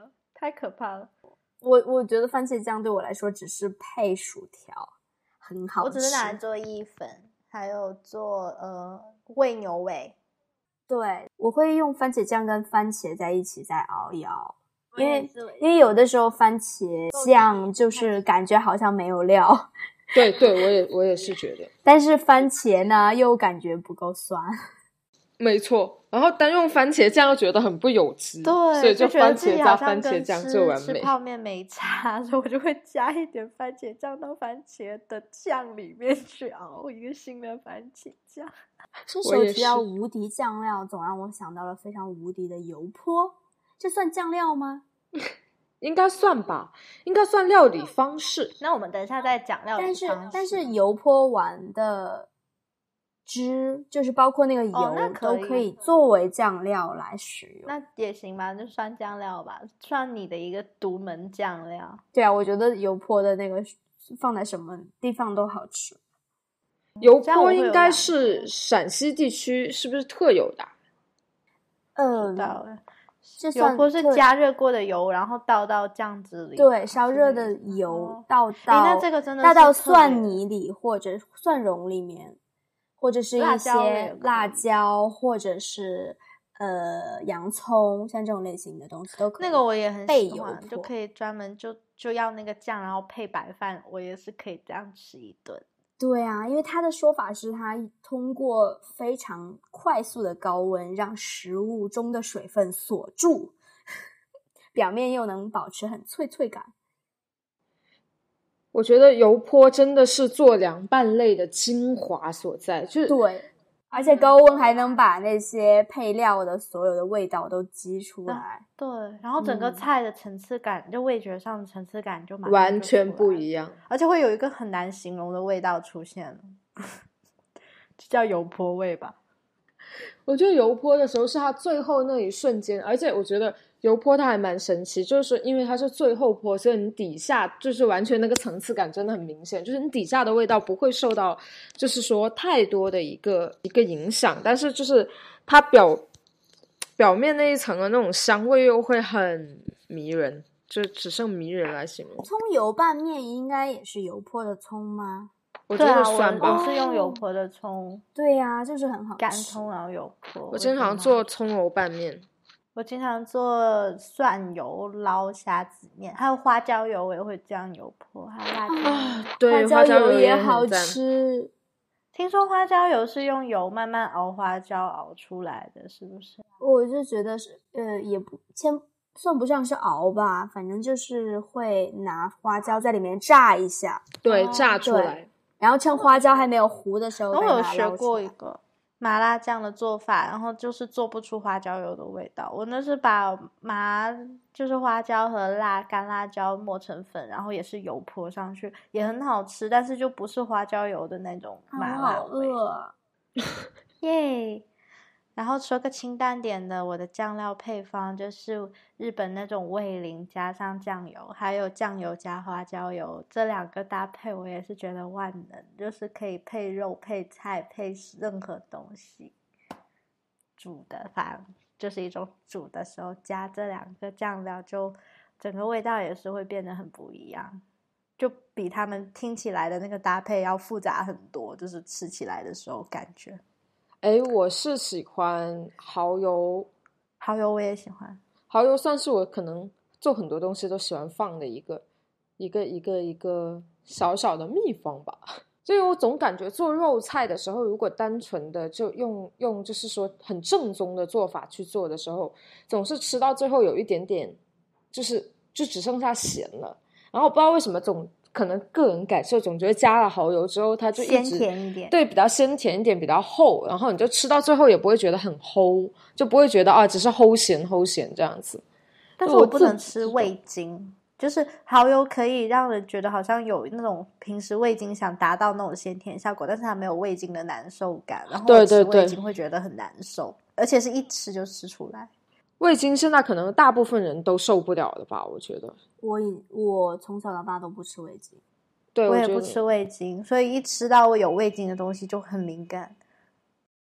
太可怕了。 我觉得番茄酱对我来说只是配薯条，很好吃。 我只是拿来做意粉，还有做煨牛尾。 对，我会用番茄酱跟番茄在一起再熬一熬，因为有的时候番茄酱就是感觉好像没有料。 对对，我也是觉得， 但是番茄呢又感觉不够酸。 没错，然后单用番茄酱又觉得很不有机， 对， 所以就番茄加番茄酱最完美。 吃泡面没差，所以我就会加一点番茄酱到番茄的酱里面去熬一个新的番茄酱。 这时候提到无敌酱料，总让我想到了非常无敌的油泼，这算酱料吗？ 应该算吧，应该算料理方式。 那我们等一下再讲料理方式。 但是油泼完的汁，就是包括那个油，都可以作为酱料来使用。 那也行吧，就算酱料吧，算你的一个独门酱料。 对啊，我觉得油泼的那个放在什么地方都好吃。 油泼应该是陕西地区是不是特有的？ 知道了。油泼是加热过的油，然后倒到酱汁里。 对，烧热的油倒到那这个真的倒到蒜泥里或者蒜蓉里面，或者是一些辣椒或者是洋葱，像这种类型的东西都可以。 那个我也很喜欢，就可以专门就要那个酱，然后配白饭，我也是可以这样吃一顿。 对啊，因为他的说法是他通过非常快速的高温让食物中的水分锁住，表面又能保持很脆感。 我觉得油泼真的是做凉拌类的精华所在，就是对，而且高温还能把那些配料的所有的味道都激出来。 对，然后整个菜的层次感，就味觉上的层次感就完全不一样， 而且会有一个很难形容的味道出现了，就叫油泼味吧。 我觉得油泼的时候是它最后那一瞬间，而且我觉得油泼它还蛮神奇，就是因为它是最后泼，所以你底下就是完全那个层次感真的很明显，就是你底下的味道不会受到就是说太多的一个影响，但是就是它表面那一层的那种香味又会很迷人，就只剩迷人来形容。 葱油拌面应该也是油泼的葱吗？ 我觉得算吧， 我是用油泼的葱。 对呀，就是很好吃。 干葱然后油泼。 我经常做葱油拌面， 我经常做蒜油捞虾子面，还有花椒油我也会这样油泼，还有辣椒。 对， 花椒油也好吃。 听说花椒油是用油慢慢熬花椒熬出来的，是不是？ 我就觉得是也不算不上是熬吧，反正就是会拿花椒在里面炸一下， 对，炸出来， 然后趁花椒还没有糊的时候再拿我有学过一个麻辣酱的做法，然后就是做不出花椒油的味道。我那是把就是花椒和干辣椒磨成粉，然后也是油泼上去，也很好吃，但是就不是花椒油的那种麻辣味。 好饿耶！然后说个清淡点的，我的酱料配方就是日本那种味淋加上酱油，还有酱油加花椒油，这两个搭配我也是觉得万能，就是可以配肉配菜配任何东西煮的饭，就是一种煮的时候加这两个酱料，就整个味道也是会变得很不一样，就比他们听起来的那个搭配要复杂很多，就是吃起来的时候感觉。 我是喜欢蚝油， 蚝油我也喜欢， 蚝油算是我可能做很多东西都喜欢放的一个小小的秘方吧。所以我总感觉做肉菜的时候，如果单纯的就用就是说很正宗的做法去做的时候，总是吃到最后有一点点就只剩下咸了，然后不知道为什么可能个人感受总觉得加了蚝油之后它就一直鲜甜一点， 对，比较鲜甜一点，比较厚，然后你就吃到最后也不会觉得很齁，就不会觉得只是齁咸这样子。 但是我不能吃味精，就是蚝油可以让人觉得好像有那种平时味精想达到那种鲜甜效果，但是它没有味精的难受感，然后我吃味精会觉得很难受，而且是一吃就吃出来。 味精现在可能大部分人都受不了了吧，我觉得。 我从小到大都不吃味精， 对， 我也不吃味精，所以一吃到有味精的东西就很敏感。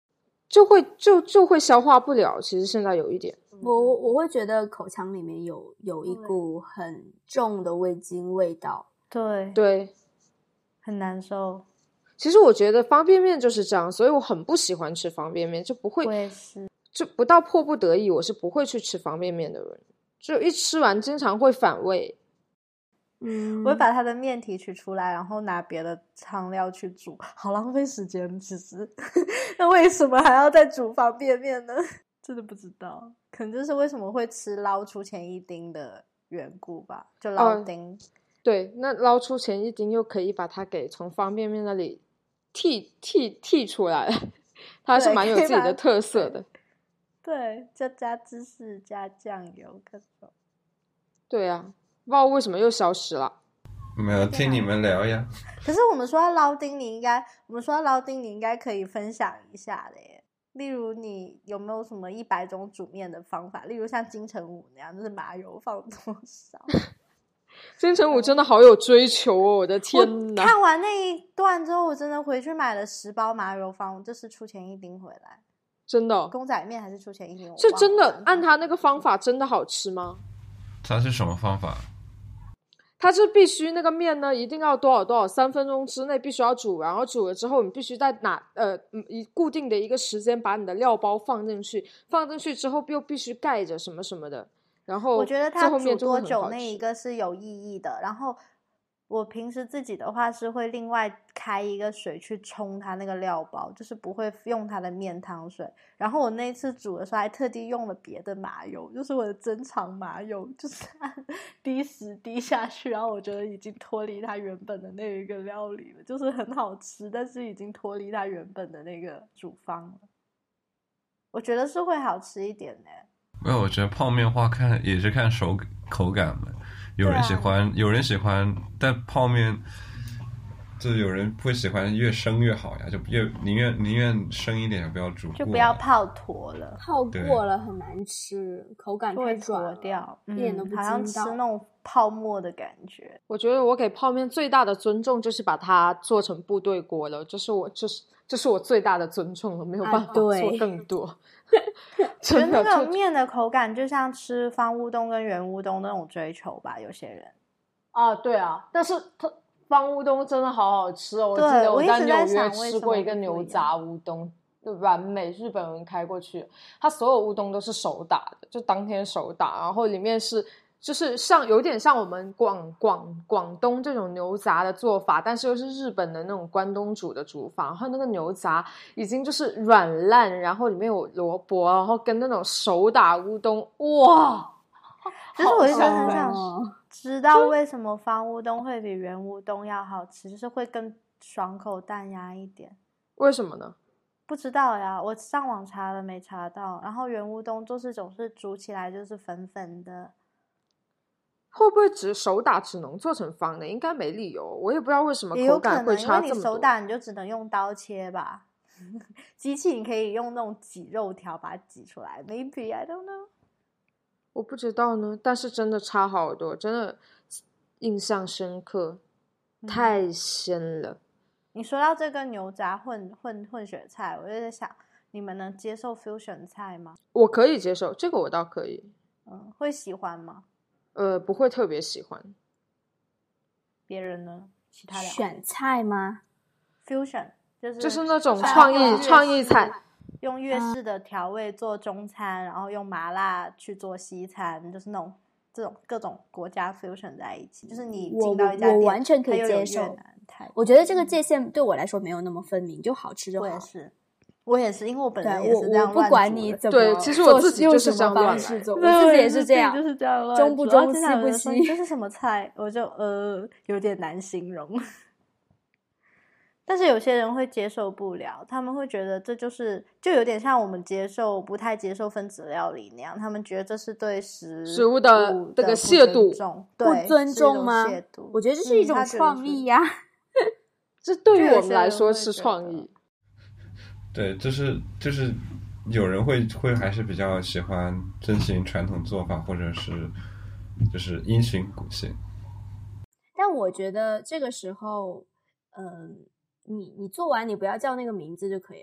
就会消化不了。其实现在有一点， 我会觉得口腔里面有一股很重的味精味道， 对， 很难受。 其实我觉得方便面就是这样，所以我很不喜欢吃方便面，就不会， 我也是， 就不到迫不得已，我是不会去吃方便面的人，就一吃完经常会反胃。 我会把它的面体取出来，然后拿别的汤料去煮，好浪费时间。其实，那为什么还要再煮方便面呢？真的不知道，可能就是为什么会吃捞出前一丁的缘故吧，就捞丁。 对，那捞出前一丁又可以把它给从方便面那里剔出来，它还是蛮有自己的特色的。 对，就加芝士加酱油各种。 对啊，不知道为什么又消失了。 没有听你们聊呀。 可是我们说到捞丁，你应该可以分享一下的耶。例如你有没有什么100种煮面的方法？例如像金城武那样，就是麻油放多少？ 金城武真的好有追求哦，我的天哪！ 看完那一段之后，我真的回去买了10包麻油放，就是出前一丁回来。 真的公仔面还是出前一丁？ 是真的按他那个方法真的好吃吗？ 它是什么方法？ 它是必须那个面呢，一定要多少3分钟之内必须要煮，然后煮了之后你必须在固定的一个时间把你的料包放进去之后又必须盖着什么什么的，然后我觉得它煮多久那一个是有意义的。然后我平时自己的话是会另外开一个水去冲它那个料包，就是不会用它的面汤水。然后我那次煮的时候还特地用了别的麻油，就是我的珍藏麻油，就是滴时滴下去，然后我觉得已经脱离它原本的那一个料理了，就是很好吃，但是已经脱离它原本的那个煮方了。我觉得是会好吃一点的。 没有，我觉得泡面话也是看口感的。有人喜欢，有人喜欢，但泡面就有人会喜欢越生越好呀，就宁愿生一点，也不要煮过， 就不要泡坨了， 泡过了很难吃，口感太软了， 掉， 一点都不筋道， 好像吃那种泡沫的感觉。 我觉得我给泡面最大的尊重就是把它做成部队锅了，这是我最大的尊重了，没有办法做更多。 觉得那个面的口感就像吃方乌冬跟圆乌冬那种追求吧，有些人啊，对啊，但是方乌冬真的好好吃哦！我记得我在纽约吃过一个牛杂乌冬，就软美，日本人开过去，他所有乌冬都是手打的，就当天手打，然后里面是就是有点像我们广东这种牛杂的做法，但是又是日本的那种关东煮的煮法，然后那个牛杂已经就是软烂，然后里面有萝卜，然后跟那种手打乌冬，哇！ 就是我一直很想知道为什么方乌冬会比圆乌冬要好吃，就是会更爽口淡雅一点。 为什么呢？ 不知道呀，我上网查了没查到。然后圆乌冬就是总是煮起来就是粉粉的。 会不会手打只能做成方的？应该没理由，我也不知道为什么口感会差这么多。 因为你手打你就只能用刀切吧，机器你可以用那种挤肉条把它挤出来。Maybe I don't know。 我不知道呢，但是真的差好多，真的印象深刻，太鲜了。 你说到这个牛杂混血菜，我就在想，你们能接受 fusion 菜吗？ 我可以接受，这个我倒可以。 会喜欢吗？ 不会特别喜欢。 别人呢？其他两选菜吗 ？fusion 就是那种创意菜。 用粤式的调味做中餐，然后用麻辣去做西餐，就是那种这种各种国家 fusion 在一起，就是你进到一家店， 我完全可以接受。我觉得这个界限对我来说没有那么分明，就好吃就好。 我也是，因为我本人也是这样乱煮的。 我不管你怎么对，其实我自己就是这样乱吃做，我自己也是这样， 就是这样乱。 中不中西不西， 这是什么菜？我就有点难形容。但是有些人会接受不了，他们会觉得这就有点像我们不太接受分子料理那样，他们觉得这是对食物的这个亵渎， 不尊重吗？我觉得这是一种创意呀。 这对于我们来说是创意。 对，就是有人会还是比较喜欢遵循传统做法，或者是就是因循古训。 但我觉得这个时候，你做完你不要叫那个名字就可以啦，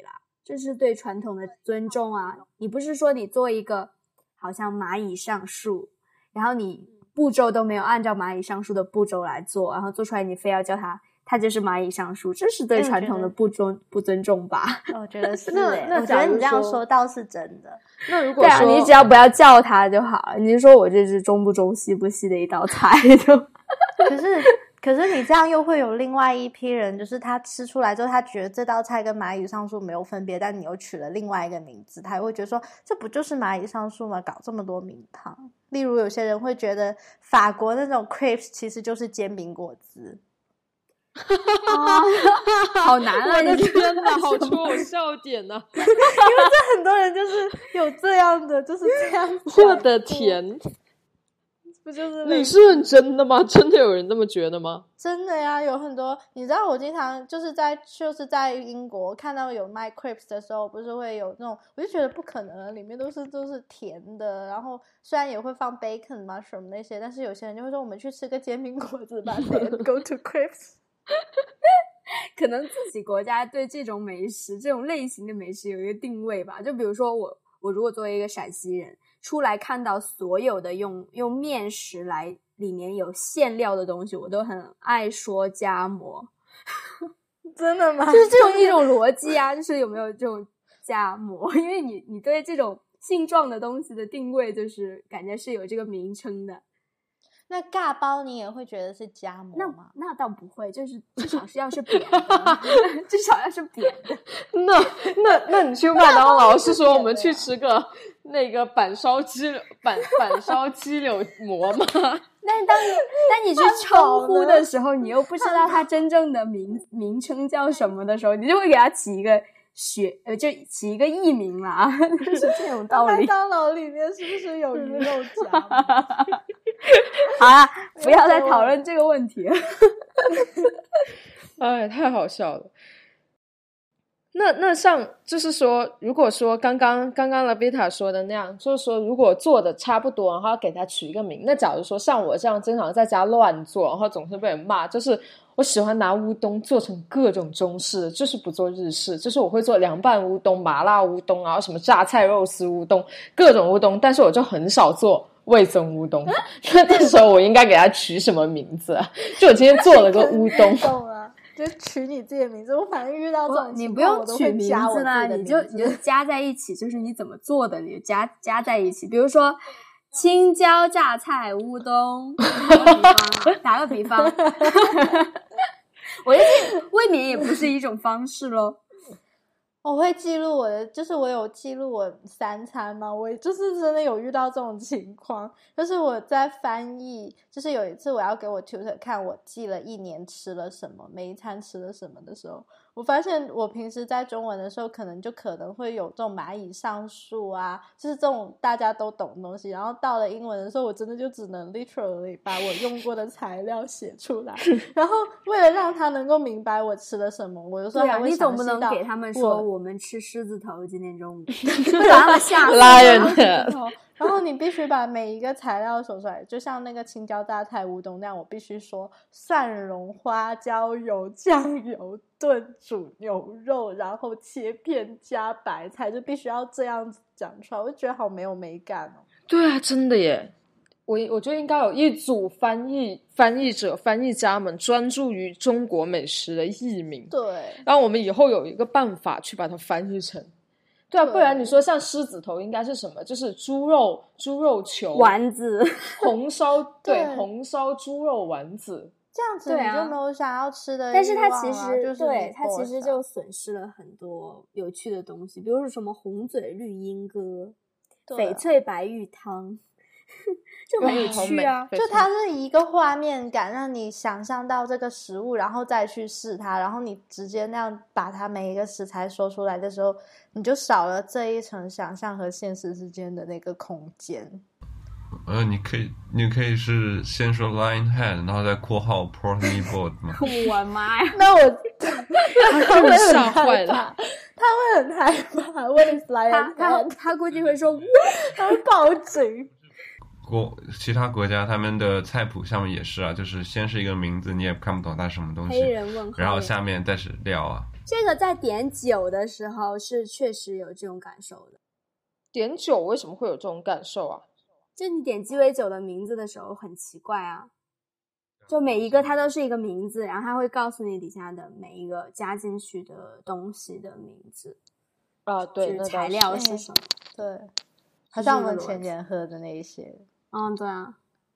这是对传统的尊重啊！你不是说你做一个好像蚂蚁上树，然后你步骤都没有按照蚂蚁上树的步骤来做，然后做出来你非要叫它就是蚂蚁上树，这是对传统的不尊重吧？ 我觉得是那我觉得你这样说倒是真的。 那如果说对啊，你只要不要叫它就好了。你是说我这是中不中西不西的一道菜就可是你这样又会有另外一批人，就是他吃出来之后，他觉得这道菜跟蚂蚁上树没有分别，但你又取了另外一个名字，他也会觉得说这不就是蚂蚁上树吗？搞这么多名堂。例如有些人会觉得法国那种 crepes 其实就是煎饼果子。 好难啊！ 我的天哪，好戳我笑点啊！ 因为这很多人就是有这样的，就是这样。 我的天， 不就是你是认真的吗？真的有人这么觉得吗？ 真的呀，有很多。你知道我经常就是在英国看到有卖 crepes 的时候，不是会有那种，我就觉得不可能，里面都是甜的，然后虽然也会放 bacon mushroom 那些，但是有些人就会说我们去吃个煎饼果子吧，go to crepes。 可能自己国家对这种美食这种类型的美食有一个定位吧，就比如说我如果作为一个陕西人出来看到所有的用面食来里面有馅料的东西，我都很爱说夹馍。 真的吗？ 就是这种一种逻辑啊，就是有没有这种夹馍，因为你对这种性状的东西的定位就是感觉是有这个名称的。 那尬包你也会觉得是夹馍吗？ 那倒不会，就是至少是要是扁的至少要是扁的。 那你去麦当劳是说我们去吃个那个板烧鸡柳馍吗？ 但你去称呼的时候，你又不知道它真正的名称叫什么的时候，你就会给它起一个就起一个艺名啦，就是这种道理。 麦当劳里面是不是有鱼肉夹馍？ 好啦，不要再讨论这个问题了。 哎，太好笑了。那像就是说，如果说刚刚 Lavita 说的那样，就是说如果做的差不多，然后要给它取一个名，那假如说像我这样经常在家乱做，然后总是被人骂，就是我喜欢拿乌冬做成各种中式，就是不做日式，就是我会做凉拌乌冬、麻辣乌冬，然后什么榨菜肉丝乌冬，各种乌冬，但是我就很少做味增乌冬。那时候我应该给它取什么名字啊？就我今天做了个乌冬。 懂了，就取你自己的名字。我反正遇到这种你不用取名字啦，你就加在一起，就是你怎么做的，你就加在一起。比如说青椒榨菜乌冬，打个比方，我觉得未免也不是一种方式咯。 我会记录我的，就是我有记录我3餐嘛，我就是真的有遇到这种情况，就是我在翻译，就是有一次我要给我 tutor 看我记了1年吃了什么，每一餐吃了什么的时候，我发现我平时在中文的时候可能会有这种蚂蚁上树啊，就是这种大家都懂的东西，然后到了英文的时候我真的就只能 literally 把我用过的材料写出来，然后为了让他能够明白我吃了什么，我有时候还会你总不能给他们说我们吃狮子头今天中午会把他们吓死。 然后你必须把每一个材料说出来，就像那个青椒榨菜乌冬那样，我必须说蒜蓉花椒油酱油炖煮牛肉，然后切片加白菜，就必须要这样子讲出来，我就觉得好没有美感哦。 对啊，真的耶。我觉得应该有一组翻译者、翻译家们专注于中国美食的译名。 对， 然后我们以后有一个办法去把它翻译成。对啊，不然你说像狮子头应该是什么？就是猪肉球丸子， 红烧猪肉丸子。 这样子你就没有想要吃的欲望啊。 但是它其实就是对它其实就损失了很多有趣的东西，比如说什么红嘴绿鹦哥、翡翠白玉汤。就很有趣啊， 就它是一个画面感，让你想象到这个食物，然后再去试它，然后你直接那样把它每一个食材说出来的时候，你就少了这一层想象和现实之间的那个空间。 你可以是先说 lion head， 然后再括号 pork meatball 吗？ 我妈呀！ 那我他会吓坏了， 他会很害怕。What is lion head？ 他估计会说， 他会报警。 其他国家他们的菜谱上面也是啊，就是先是一个名字，你也看不懂它是什么东西， 黑人问号， 然后下面再是料啊。 这个在点酒的时候是确实有这种感受的。 点酒为什么会有这种感受啊？ 就你点鸡尾酒的名字的时候很奇怪啊，就每一个它都是一个名字，然后它会告诉你底下的每一个加进去的东西的名字啊，对， 就是材料是什么。 对，好像我们前年喝的那一些。 对啊。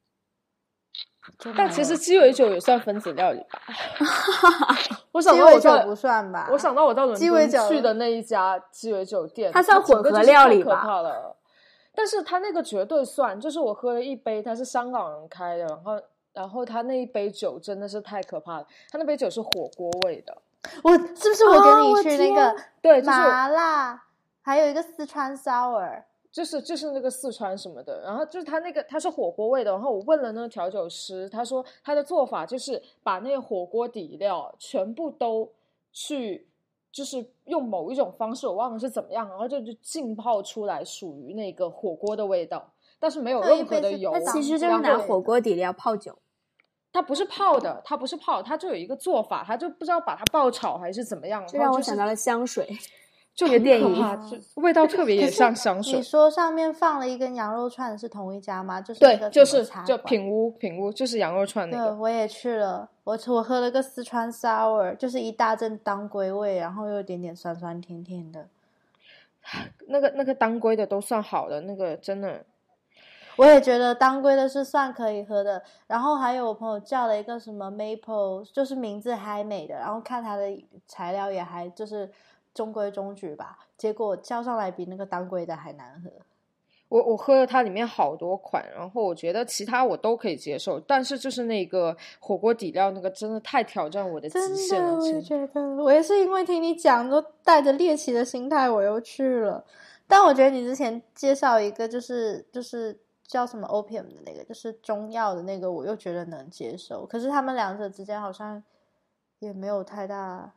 但其实鸡尾酒也算分子料理吧。我想鸡到尾酒不算吧？ 我想到我到伦敦去的那一家鸡尾酒店， 它算混合料理吧？ 太可怕了。但是它那个绝对算，就是我喝了一杯，它是香港人开的，然后它那一杯酒真的是太可怕了，它那杯酒是火锅味的。 我是不是我跟你去那个对麻辣，还有一个四川 sour。 就是那个四川什么的，然后就是它是火锅味的，然后我问了那个调酒师，他说他的做法就是把那个火锅底料全部都去，就是用某一种方式，我忘了是怎么样，然后就浸泡出来属于那个火锅的味道，但是没有任何的油。 那其实就是拿火锅底料泡酒。 它不是泡的，它就有一个做法，它就不知道把它爆炒还是怎么样， 这让我想到了香水。 就很可怕，就味道特别也像香水。 你说上面放了一根羊肉串是同一家吗？就是对， 就品屋就是羊肉串那个。 对，我也去了，我喝了个四川 sour， 就是一大阵当归味，然后又有点点酸酸甜甜的。 那个当归的都算好的，那个真的。 我也觉得当归的是算可以喝的，然后还有我朋友叫了一个什么 maple， 就是名字还美的，然后看它的材料也还就是中规中矩吧，结果叫上来比那个当归的还难喝。 我喝了它里面好多款，然后我觉得其他我都可以接受，但是就是那个火锅底料那个真的太挑战我的极限了。 真的，我也觉得，我也是因为听你讲，就带着猎奇的心态我又去了。但我觉得你之前介绍一个就是叫什么 opium 的那个，就是中药的那个，我又觉得能接受。可是他们两者之间好像也没有太大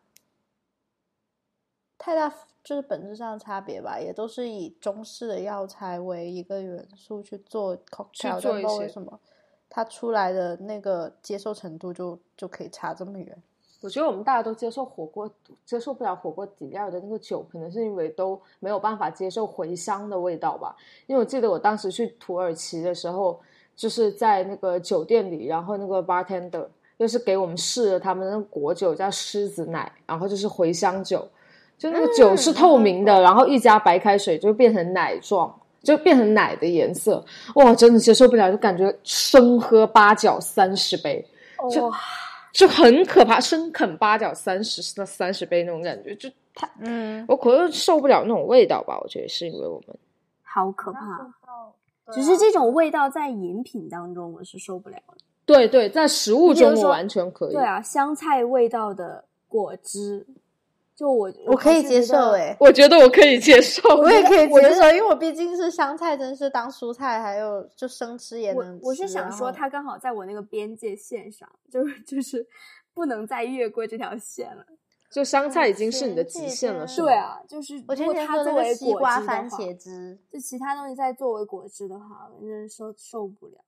就是本质上的差别吧，也都是以中式的药材为一个元素去做 cocktail， 但不知道为什么它出来的那个接受程度就可以差这么远。 我觉得我们大家都接受不了火锅底料的那个酒，可能是因为都没有办法接受茴香的味道吧。因为我记得我当时去土耳其的时候，就是在那个酒店里，然后那个 bartender 就是给我们试了他们那个果酒叫狮子奶，然后就是茴香酒，就那个酒是透明的，然后一加白开水就变成奶状，就变成奶的颜色。哇，真的接受不了，就感觉生喝八角30杯，就很可怕，生啃八角30杯那种感觉，就太我可能受不了那种味道吧。我觉得是因为我们好可怕，只是这种味道在饮品当中我是受不了的。 对，在食物中我完全可以。 对啊，香菜味道的果汁，就我可以接受我觉得我可以接受， 我也可以接受，因为我毕竟是香菜，真是当蔬菜，还有就生吃也能吃。 我是想说，它刚好在我那个边界线上，就是不能再越过这条线了。 就香菜已经是你的极限了，是吧？ 对啊，就是我前天喝那个西瓜番茄汁， 就其他东西再作为果汁的话，我真是受不了。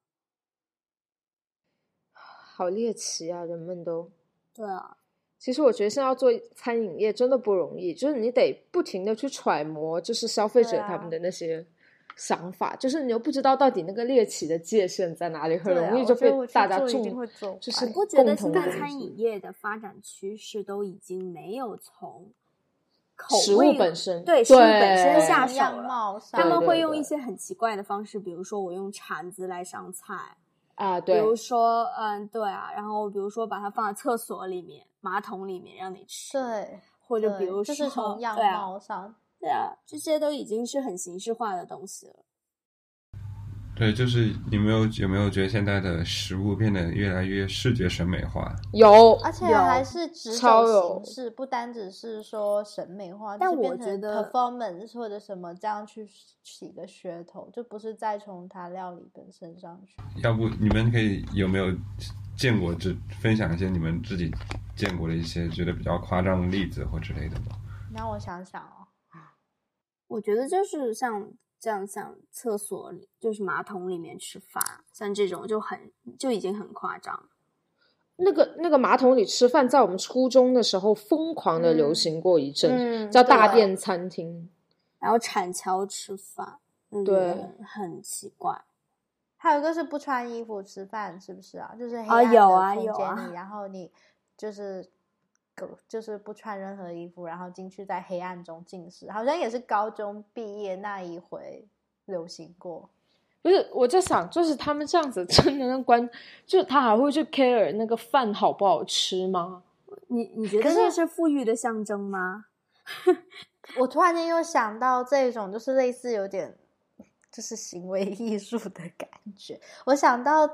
好猎奇啊，人们都。 对啊。 其实我觉得现在要做餐饮业真的不容易，就是你得不停的去揣摩，就是消费者他们的那些想法，就是你又不知道到底那个猎奇的界限在哪里，很容易就被大家就是我觉得现在餐饮业的发展趋势都已经没有从食物本身对食物本身下手了， 他们会用一些很奇怪的方式，比如说我用铲子来上菜啊，对， 比如说对啊，然后比如说把它放在厕所里面、马桶里面让你吃， 对， 或者比如说就是从样貌上， 对啊，这些都已经是很形式化的东西了。 对，就是你有没有觉得现在的食物变得越来越视觉审美化？ 有， 而且还是只走形式，不单只是说审美化， 但就是我觉得 performance 或者什么这样去起个噱头，就不是再从它料理本身上去。 要不你们有没有见过，分享一些你们自己见过的一些觉得比较夸张的例子或之类的吗？ 让我想想哦， 我觉得就是像厕所里，就是马桶里面吃饭，像这种就已经很夸张。 那个马桶里吃饭，在我们初中的时候疯狂的流行过一阵，叫大便餐厅， 然后产桥吃饭， 对， 很奇怪。 还有一个是不穿衣服吃饭，是不是啊？就是黑暗的空间里，然后你就是不穿任何衣服，然后进去在黑暗中进食，好像也是高中毕业那一回流行过。 不是，我在想，就是他们这样子真的关，就是他还会去 care 那个饭好不好吃吗？ 你觉得这是富裕的象征吗？ 我突然间又想到这种，就是类似有点就是行为艺术的感觉。我想到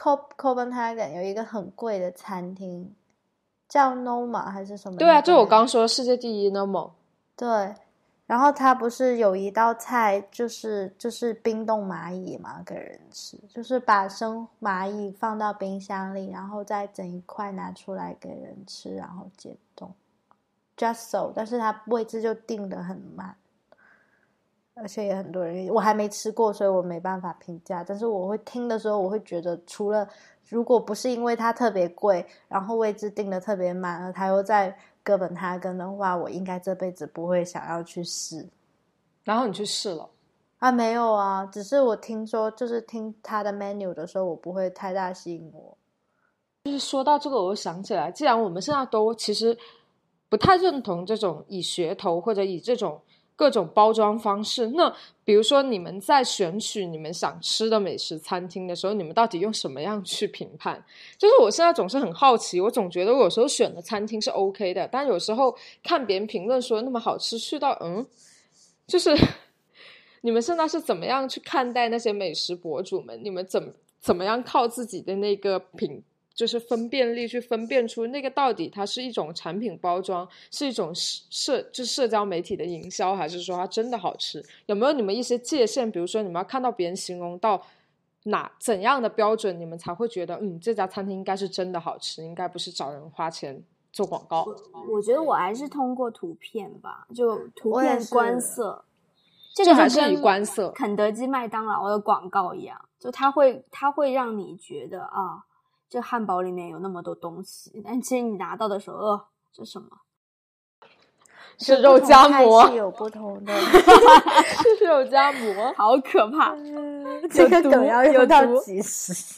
Copenhagen 有一个很贵的餐厅，叫 Noma 还是什么？ 对啊，就我刚说世界第一 Noma。 对。然后它不是有一道菜就是冰冻蚂蚁嘛，给人吃，就是把生蚂蚁放到冰箱里，然后再整一块拿出来给人吃，然后解冻 just so， 但是它位置就定得很慢，而且也很多人，我还没吃过，所以我没办法评价，但是我会听的时候我会觉得，除了如果不是因为它特别贵，然后位置定得特别慢，而它又在哥本哈根的话，我应该这辈子不会想要去试。 然后你去试了啊？没有啊，只是我听说，就是听他的 menu 的时候，我不会太大吸引我。 就是说到这个，我又想起来，既然我们现在都其实不太认同这种以噱头或者以这种各种包装方式，那比如说你们在选取你们想吃的美食餐厅的时候，你们到底用什么样去评判？就是我现在总是很好奇，我总觉得我有时候选的餐厅是 OK 的，但有时候看别人评论说那么好吃，去到就是你们现在是怎么样去看待那些美食博主们？你们怎么样靠自己的那个就是分辨力去分辨出那个到底它是一种产品包装，是一种社交媒体的营销，还是说它真的好吃？有没有你们一些界限？比如说你们要看到别人形容到怎样的标准，你们才会觉得这家餐厅应该是真的好吃，应该不是找人花钱做广告。 我觉得我还是通过图片吧，就图片观色， 这个还是以观色。 肯德基、麦当劳的广告一样，就它会让你觉得啊，这汉堡里面有那么多东西，但其实你拿到的时候，这什么？ 是肉夹馍， 是有不同的， 是肉夹馍， 好可怕！ 这个梗要用到几时？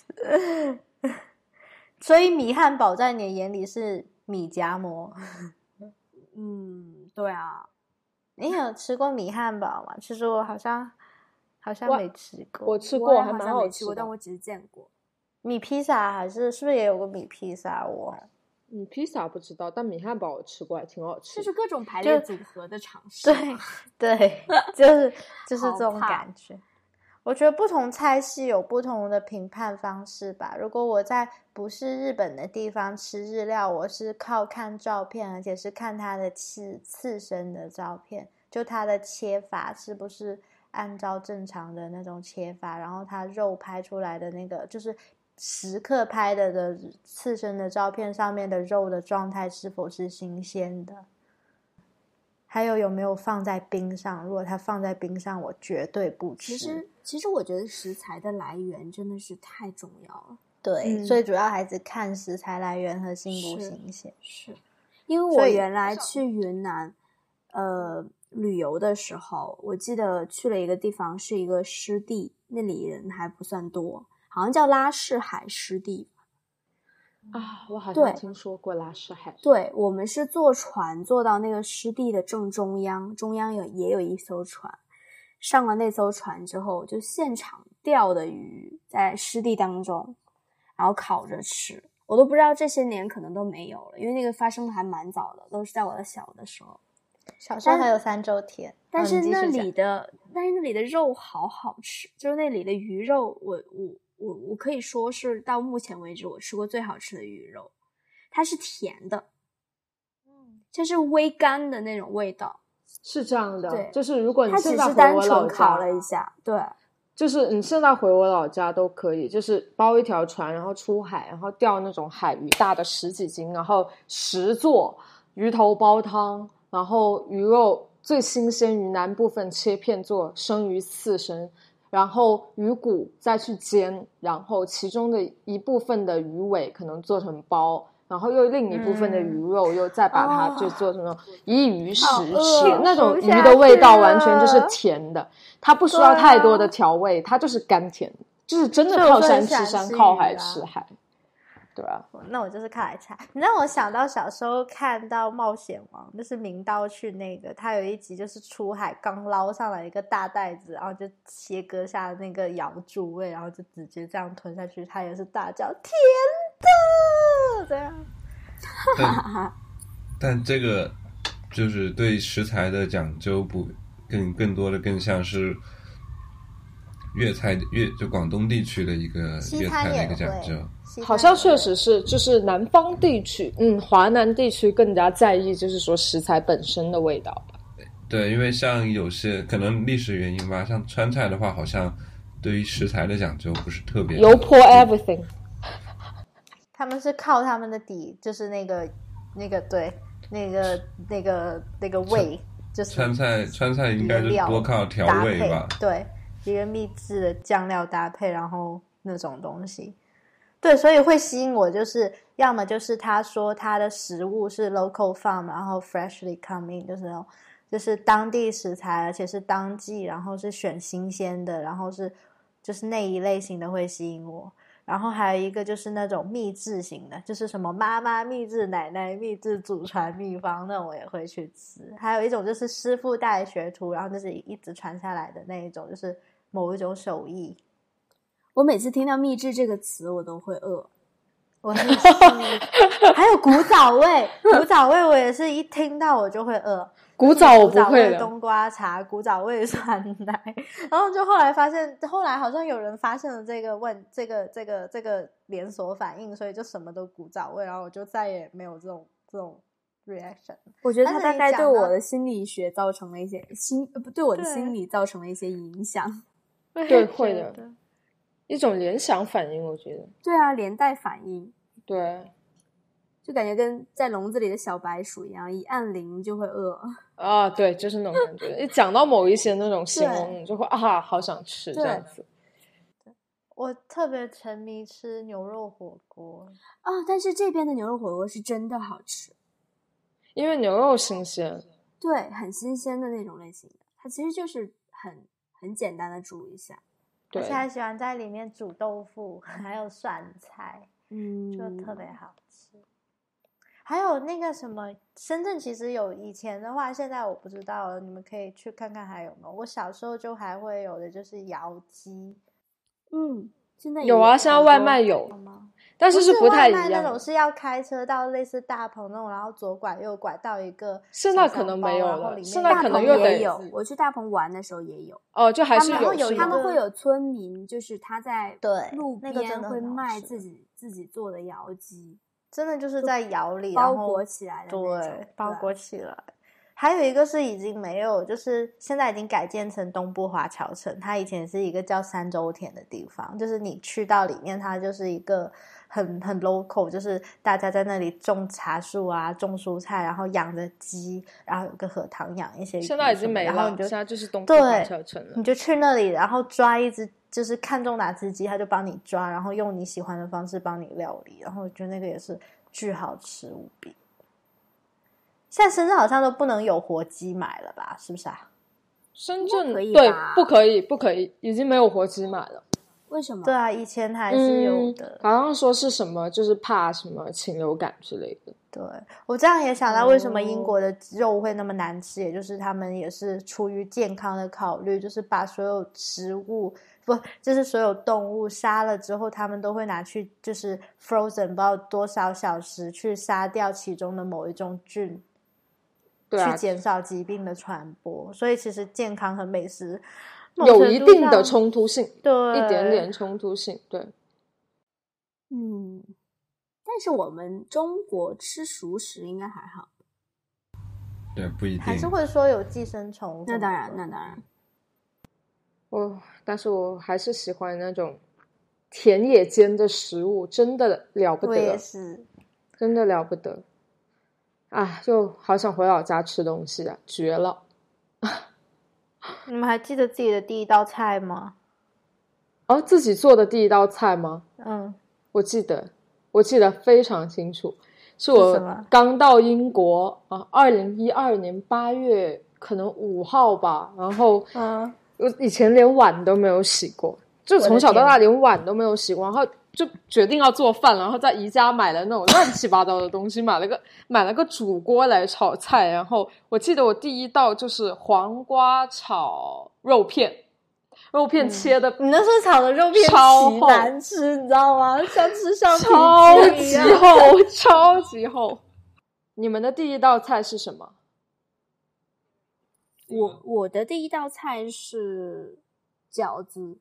所以米汉堡在你的眼里是米夹馍？ 对啊。 你有吃过米汉堡吗？其实我好像没吃过。 我吃过，还蛮好吃过， 但我只是见过。 米披萨是不是也有个米披萨？ 米披萨不知道，但米汉堡我吃过，还挺好吃。 就是各种排列组合的尝试。 对，就是这种感觉。我觉得不同菜系有不同的评判方式吧。如果我在不是日本的地方吃日料，我是靠看照片，而且是看它的刺身的照片，就它的切法是不是按照正常的那种切法，然后它肉拍出来的那个就是时刻拍的刺身的照片上面的肉的状态是否是新鲜的，还有没有放在冰上。如果它放在冰上，我绝对不吃。 其实我觉得食材的来源真的是太重要了。 对，所以主要还是看食材来源和新不新鲜。 是因为我原来去云南旅游的时候，我记得去了一个地方是一个湿地，那里人还不算多，好像叫拉市海湿地啊，我好像听说过拉市海。 对，我们是坐船坐到那个湿地的正中央，也有一艘船。上了那艘船之后，就现场钓的鱼在湿地当中，然后烤着吃。我都不知道这些年可能都没有了，因为那个发生的还蛮早的，都是在我的小的时候。 小时候还有三周甜， 但是那里的肉好好吃，就是那里的鱼肉，我可以说是到目前为止我吃过最好吃的鱼肉。它是甜的，就是微干的那种味道。 是这样的， 对， 就是如果你现在回我老家，烤了一下，对， 就是你现在回我老家都可以，就是包一条船，然后出海，然后钓那种海鱼，大的10几斤，然后10做鱼头煲汤，然后鱼肉最新鲜云南部分切片做生鱼刺身， 然后鱼骨再去煎，然后其中的一部分的鱼尾可能做成包，然后又另一部分的鱼肉又再把它就做成一鱼食吃，那种鱼的味道完全就是甜的，它不需要太多的调味，它就是甘甜，就是真的靠山吃山，靠海吃海。对啊， 那我就是靠海吃海。你让我想到小时候看到《冒险王》，就是明道去那个，他有一集就是出海刚捞上来一个大袋子，然后就切割下那个瑶柱味，然后就直接这样吞下去，他也是大叫甜的这样。 但这个就是对食材的讲究更多的更像是就广东地区的一个粤菜的一个讲究， 好像确实是，就是南方地区，华南地区更加在意，就是说食材本身的味道吧。 对，因为像有些可能历史原因吧，像川菜的话，好像对于食材的讲究不是特别。 油泼 everything， 他们是靠他们的底，就是那个对，那个味，就是川菜应该就是多靠调味吧， 对。一个秘制的酱料搭配，然后那种东西，对，所以会吸引我，就是要么就是他说他的食物是 local farm， 然后 freshly come in， 就是那种就是当地食材，而且是当季，然后是选新鲜的，然后是就是那一类型的会吸引我。然后还有一个就是那种秘制型的，就是什么妈妈秘制、奶奶秘制、祖传秘方，那我也会去吃。还有一种就是师傅带学徒，然后就是一直传下来的那一种，就是某一种手艺。 我每次听到秘制这个词我都会饿。 我也是。还有古早味，古早味我也是一听到我就会饿。 古早我不会的， 冬瓜茶、古早味酸奶，然后就后来发现，后来好像有人发现了这个连锁反应，所以就什么都古早味，然后我就再也没有这种 reaction。 我觉得它大概对我的心理学造成了一些对我的心理造成了一些影响。 对，会的，一种联想反应，我觉得。 对啊，连带反应。 对。 就感觉跟在笼子里的小白鼠一样，一按铃就会饿啊！对，就是那种感觉。一讲到某一些那种形容，你就会好想吃这样子。 我特别沉迷吃牛肉火锅但是这边的牛肉火锅是真的好吃， 因为牛肉新鲜， 对，很新鲜的那种类型的。它其实就是很简单的煮一下， 而且还喜欢在里面煮豆腐，还有涮菜，就特别好吃。还有那个什么，深圳其实有，以前的话，现在我不知道了，你们可以去看看还有没有。我小时候就还会有的就是窑鸡， 现在有啊，现在外卖有吗？但是不太一样。 那种是要开车到类似大棚那种，然后左拐右拐到一个， 现在可能没有了，现在可能也有。我去大棚玩的时候也有就还是有。 他们会有村民，就是他在路边会卖自己做的窑鸡。 真的就是在窑里包裹起来的那种， 对，包裹起来。还有一个是已经没有，就是现在已经改建成东部华侨城，它以前是一个叫三洲田的地方，就是你去到里面，它就是一个很 local， 就是大家在那里种茶树啊，种蔬菜，然后养着鸡，然后有个荷塘养一些鱼。 现在已经没了， 然后你就现在就是东部华侨城了。 你就去那里，然后抓一只。就是看中哪只鸡，他就帮你抓，然后用你喜欢的方式帮你料理，然后我觉得那个也是巨好吃无比。现在深圳好像都不能有活鸡买了吧？是不是啊？ 深圳可以对，不可以，已经没有活鸡买了。 为什么？ 对啊，以前还是有的。 好像说是什么，就是怕什么禽流感之类的。 对，我这样也想到为什么英国的肉会那么难吃，也就是他们也是出于健康的考虑，就是把所有食物就是所有动物杀了之后，他们都会拿去就是 frozen 不知道多少小时去杀掉其中的某一种菌，去减少疾病的传播。所以其实健康和美食有一定的冲突性， 对， 一点点冲突性，对。 但是我们中国吃熟食应该还好， 对，不一定， 还是会说有寄生虫。 那当然。 但是我还是喜欢那种田野间的食物，真的了不得。 我也是， 真的了不得啊！就好想回老家吃东西啊，绝了！ 你们还记得自己的第一道菜吗？ 哦，自己做的第一道菜吗？我记得非常清楚，是我刚到英国啊，2012年8月可能5号吧，然后我以前连碗都没有洗过，就从小到大连碗都没有洗过，然后就决定要做饭，然后在宜家买了那种乱七八糟的东西，买了个煮锅来炒菜，然后我记得我第一道就是黄瓜炒肉片切的， 你那时候炒的肉片奇难吃，你知道吗？像吃橡皮筋一样， 超级厚。你们的第一道菜是什么？ 我的第一道菜是饺子。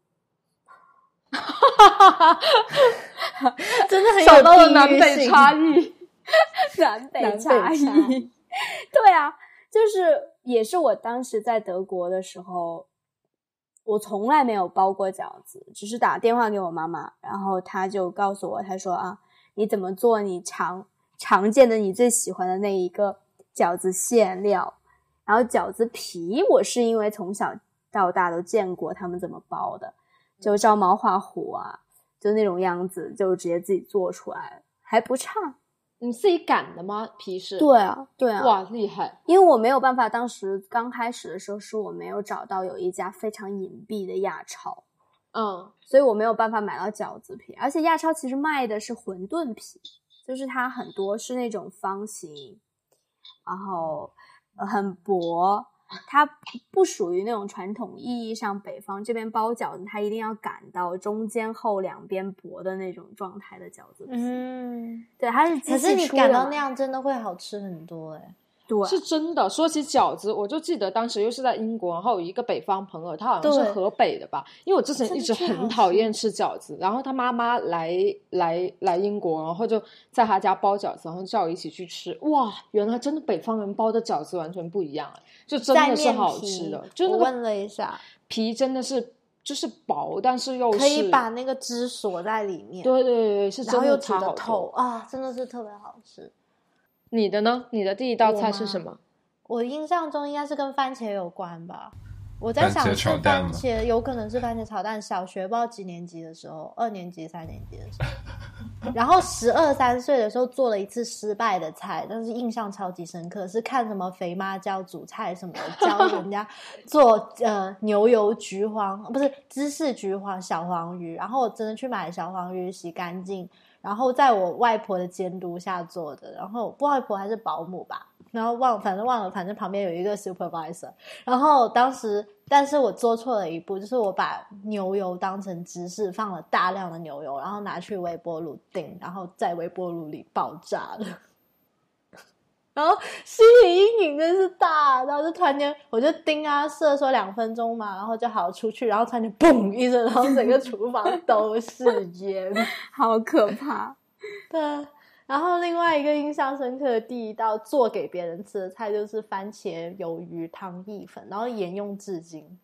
真的很有找到了南北差异。 南北差异。对啊，就是也是我当时在德国的时候，我从来没有包过饺子，只是打电话给我妈妈，然后她就告诉我，她说啊，你怎么做你常见的你最喜欢的那一个饺子馅料，然后饺子皮我是因为从小到大都见过他们怎么包的，就照猫画虎啊，就那种样子，就直接自己做出来，还不差。 你自己擀的吗？皮是？ 对啊。 哇，厉害！ 因为我没有办法，当时刚开始的时候是我没有找到有一家非常隐蔽的亚超，所以我没有办法买到饺子皮，而且亚超其实卖的是馄饨皮，就是它很多是那种方形，然后很薄，它不属于那种传统意义上北方这边包饺子它一定要擀到中间厚两边薄的那种状态的饺子皮。对，它是机器出的。可是你擀到那样真的会好吃很多对， 是真的。说起饺子，我就记得当时又是在英国，然后有一个北方朋友，他好像是河北的吧，因为我之前一直很讨厌吃饺子，然后他妈妈来英国，然后就在他家包饺子，然后叫我一起去吃。哇，原来真的北方人包的饺子完全不一样，就真的是好吃的。就我问了一下， 皮真的是就是薄，但是又是可以把那个汁锁在里面。 对，是真的差好多， 然后又煮得透啊，真的是特别好吃。 你的呢？你的第一道菜是什么？ 我印象中应该是跟番茄有关吧。我在想是番茄，有可能是番茄炒蛋。小学不知道几年级的时候，2年级、3年级的时候，然后12、13岁的时候做了一次失败的菜，但是印象超级深刻，是看什么肥妈教煮菜什么的，教人家做牛油菊黄，不是芝士菊黄小黄鱼，然后我真的去买小黄鱼洗干净。然后在我外婆的监督下做的，然后外婆还是保姆吧，然后反正旁边有一个 supervisor， 然后但是我做错了一步，就是我把牛油当成芝士，放了大量的牛油，然后拿去微波炉叮，然后在微波炉里爆炸了。然后心理阴影真是大，然后就突然间我就叮啊射说2分钟嘛，然后就好出去，然后突然间嘣一声，然后整个厨房都是烟， 好可怕。 对，然后另外一个印象深刻的第一道做给别人吃的菜就是番茄鱿鱼汤意粉，然后沿用至今，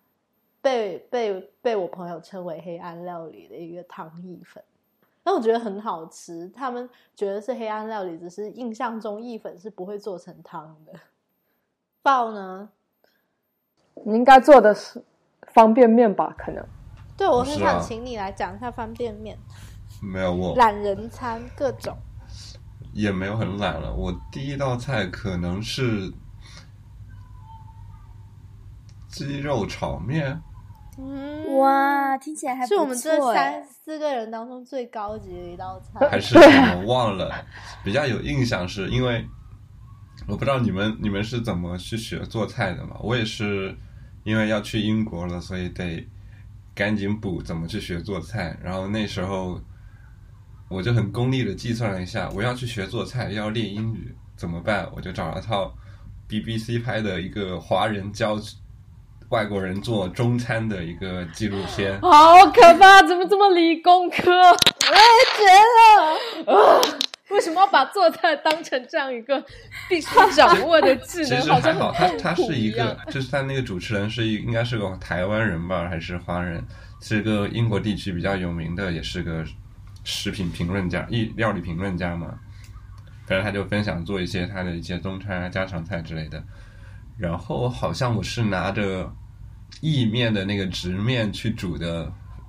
被我朋友称为黑暗料理的一个汤意粉。但我觉得很好吃，他们觉得是黑暗料理，只是印象中意粉是不会做成汤的。爆呢？ 你应该做的是方便面吧？可能。 对，我很想请你来讲一下方便面。 没有，我懒人餐各种。 也没有很懒了，我第一道菜可能是鸡肉炒面。 哇，听起来还不错。 是我们这4个人当中最高级的一道菜， 还是什么忘了？比较有印象是因为我不知道你们是怎么去学做菜的嘛？我也是因为要去英国了，所以得赶紧补怎么去学做菜。然后那时候我就很功利的计算了一下，我要去学做菜，要练英语怎么办？我就找了套 BBC 拍的一个华人教外国人做中餐的一个纪录片。 好可怕，怎么这么理工科？ 我也觉得为什么要把做菜当成这样一个必须掌握的技能？ 其实还好，他是一个，就是他那个主持人应该是个台湾人吧，还是华人，是个英国地区比较有名的，也是个食品评论家、料理评论家嘛。反正他就分享做一些他的一些中餐啊、家常菜之类的。然后好像我是拿着意面的那个直面去煮的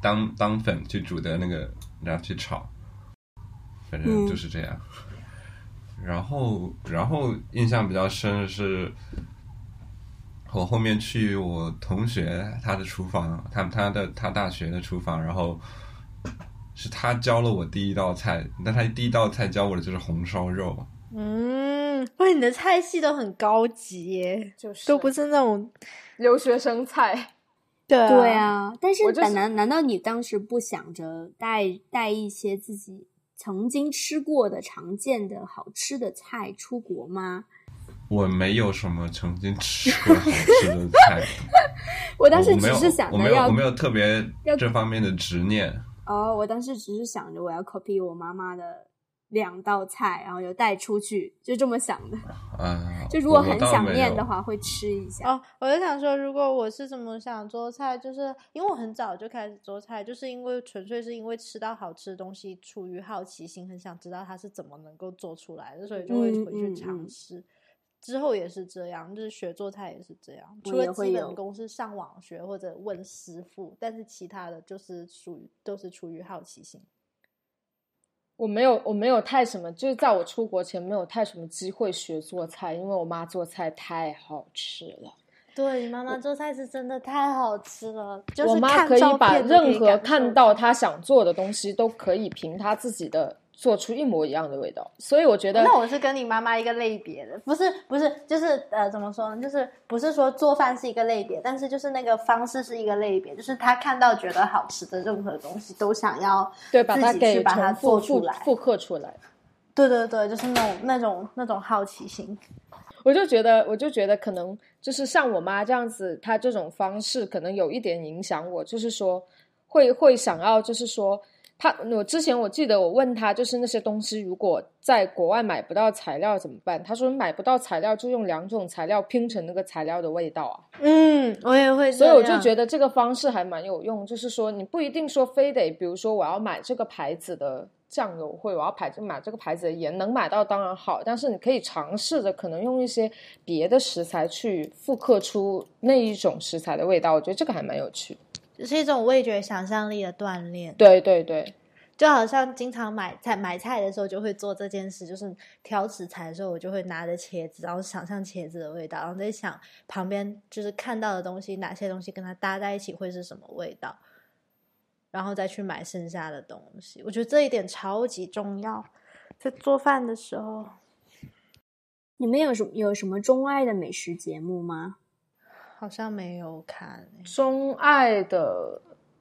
当粉去煮的那个，然后去炒，反正就是这样。然后印象比较深的是，我后面去我同学他的厨房，他大学的厨房，然后是他教了我第一道菜，但他第一道菜教我的就是红烧肉。 哇，你的菜系都很高级耶， 就是都不是那种留学生菜。 对啊，但是就是难道你当时不想着带一些自己曾经吃过的常见的好吃的菜出国吗？ 我没有什么曾经吃过好吃的菜。 我当时只是想着我没有特别这方面的执念。 我当时只是想着我要 copy 我妈妈的2道菜，然后就带出去，就这么想的。就如果很想念的话会吃一下。 我就想说，如果我是怎么想做菜，就是因为我很早就开始做菜，就是因为纯粹是因为吃到好吃的东西，出于好奇心，很想知道它是怎么能够做出来的，所以就会回去尝试。之后也是这样，就是学做菜也是这样，除了基本功是上网学或者问师傅，但是其他的就是都是出于好奇心。 我没有太什么，就是在我出国前没有太什么机会学做菜，因为我妈做菜太好吃了。 对，你妈妈做菜是真的太好吃了，就是我妈可以把任何看到她想做的东西都可以凭她自己的做出一模一样的味道，所以我觉得那我是跟你妈妈一个类别的，不是，就是怎么说呢？就是不是说做饭是一个类别，但是就是那个方式是一一个类别，就是她看到觉得好吃的任何东西都想要对把它给把它做出来， 复刻出来。 对对对，就是那种好奇心。 我就觉得可能就是像我妈这样子，她这种方式可能有一点影响我，就是说会想要，就是说我之前我记得我问她，就是那些东西如果在国外买不到材料怎么办？她说买不到材料就用2种材料拼成那个材料的味道啊。 我也会这样， 所以我就觉得这个方式还蛮有用，就是说你不一定说非得，比如说我要买这个牌子的酱油，或者我要买这个牌子的盐，能买到当然好，但是你可以尝试着可能用一些别的食材去复刻出那一种食材的味道，我觉得这个还蛮有趣， 就是一种味觉想象力的锻炼。 对对对， 就好像经常买菜的时候就会做这件事，就是挑食材的时候我就会拿着茄子，然后想象茄子的味道，然后在想旁边就是看到的东西，哪些东西跟它搭在一起会是什么味道，然后再去买剩下的东西。我觉得这一点超级重要，在做饭的时候。 你们有什么钟爱的美食节目吗？ 好像没有看钟爱的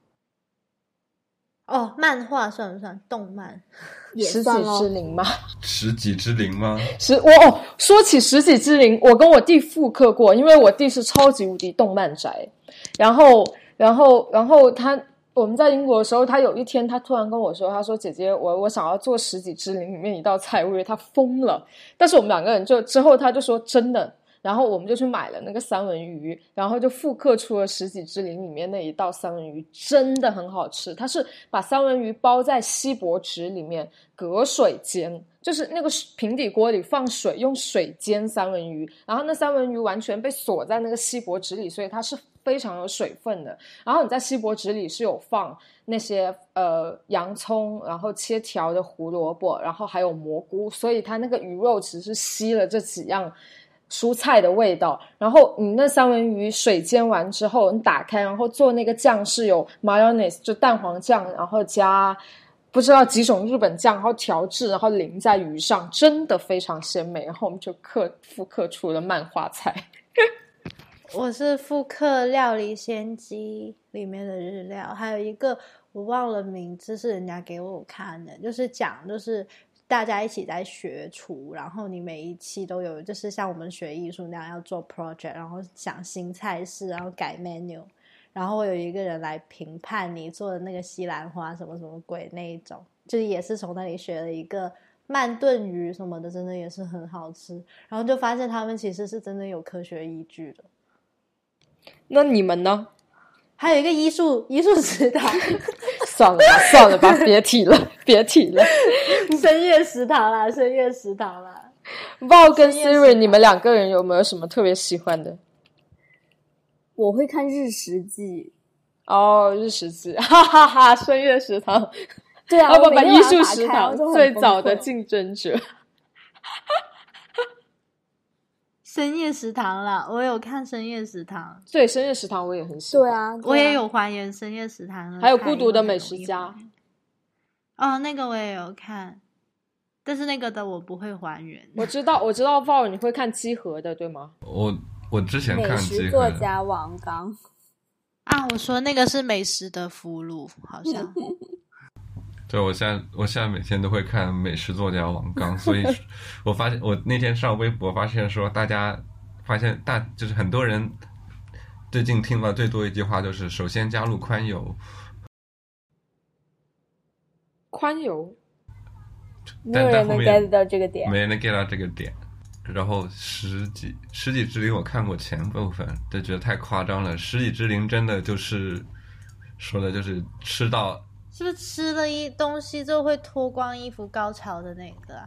漫画算不算？动漫也十算咯。 几之灵吗？ 十几之灵吗？ 说起十几之灵，我跟我弟复刻过，因为我弟是超级无敌动漫宅。然后我们在英国的时候，他有一天他突然跟我说，他说姐姐我想要做十几之灵里面一道菜，我以为他疯了。但是我们2个人之后他就说真的，然后我们就去买了那个三文鱼，然后就复刻出了十几之灵里面那一道三文鱼，真的很好吃。它是把三文鱼包在锡箔纸里面隔水煎，就是那个平底锅里放水，用水煎三文鱼，然后那三文鱼完全被锁在那个锡箔纸里，所以它是非常有水分的。然后你在锡箔纸里是有放那些洋葱，然后切条的胡萝卜，然后还有蘑菇，所以它那个鱼肉其实是吸了这几样蔬菜的味道。然后你那三文鱼水煎完之后你打开，然后做那个酱是有 mayonnaise 就蛋黄酱，然后加不知道几种日本酱，然后调制，然后淋在鱼上，真的非常鲜美。然后我们就复刻出了漫画菜。 我是复刻料理仙姬里面的日料，还有一个我忘了名字，是人家给我看的，就是讲就是大家一起在学厨，然后你每一期都有，就是像我们学艺术那样要做 project， 然后想新菜式，然后改 menu， 然后有一个人来评判你做的那个西兰花什么什么鬼那一种，就是也是从那里学了一个慢炖鱼什么的，真的也是很好吃，然后就发现他们其实是真的有科学依据的。 那你们呢？ 还有一个艺术食堂算了吧别提了深夜食堂啦 Val 跟 Siri 你们2个人有没有什么特别喜欢的？ 我会看日食记哦，日食记，哈哈哈，深夜食堂， 对啊， 不，艺术食堂最早的进。 竞争者。 深夜食堂啦，我有看深夜食堂。 对，深夜食堂我也很喜欢。 对啊， 我也有还原深夜食堂的。 还有孤独的美食家。 哦，那个我也有看，但是那个的我不会还原。 我知道 Val 你会看集合的对吗？ 我之前看集合美食作家王刚啊，我说那个是美食的俘虏，好像。 对，我现在每天都会看美食作家王刚，所以我发现我那天上微博发现说，大家发现就是很多人最近听了最多一句话就是首先加入宽油。 宽油， 没有人能 get 到这个点， 没人能 get 到这个点。然后十几之灵我看过前部分，就觉得太夸张了。十几之灵真的就是说的就是吃到。 是不是吃了一东西就会脱光衣服高潮的那个啊？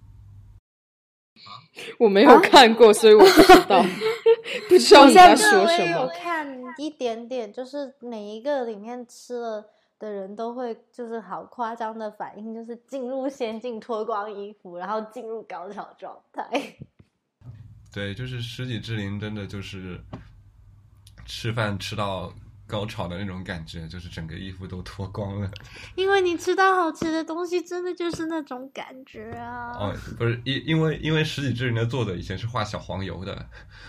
我没有看过，所以我不知道，不知道你在说什么。 我也有看一点点，就是每一个里面吃了的人都会就是好夸张的反应，就是进入仙境脱光衣服，然后进入高潮状态。 对，就是十几之灵真的就是吃饭吃到高潮的那种感觉，就是整个衣服都脱光了。 因为你吃到好吃的东西，真的就是那种感觉啊！ 哦，不是，因为十几之灵的作者以前是画小黄油的，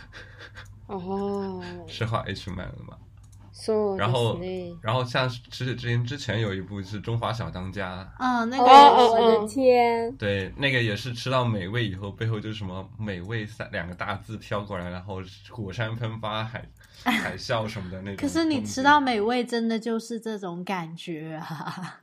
哦， 是画 H 漫的嘛。然后像十几之灵之前有一部是《中华小当家》， 那个我的天， 对，那个也是吃到美味以后，背后就是什么美味两个大字飘过来，然后火山喷发海啸什么的那种。 可是你吃到美味，真的就是这种感觉啊！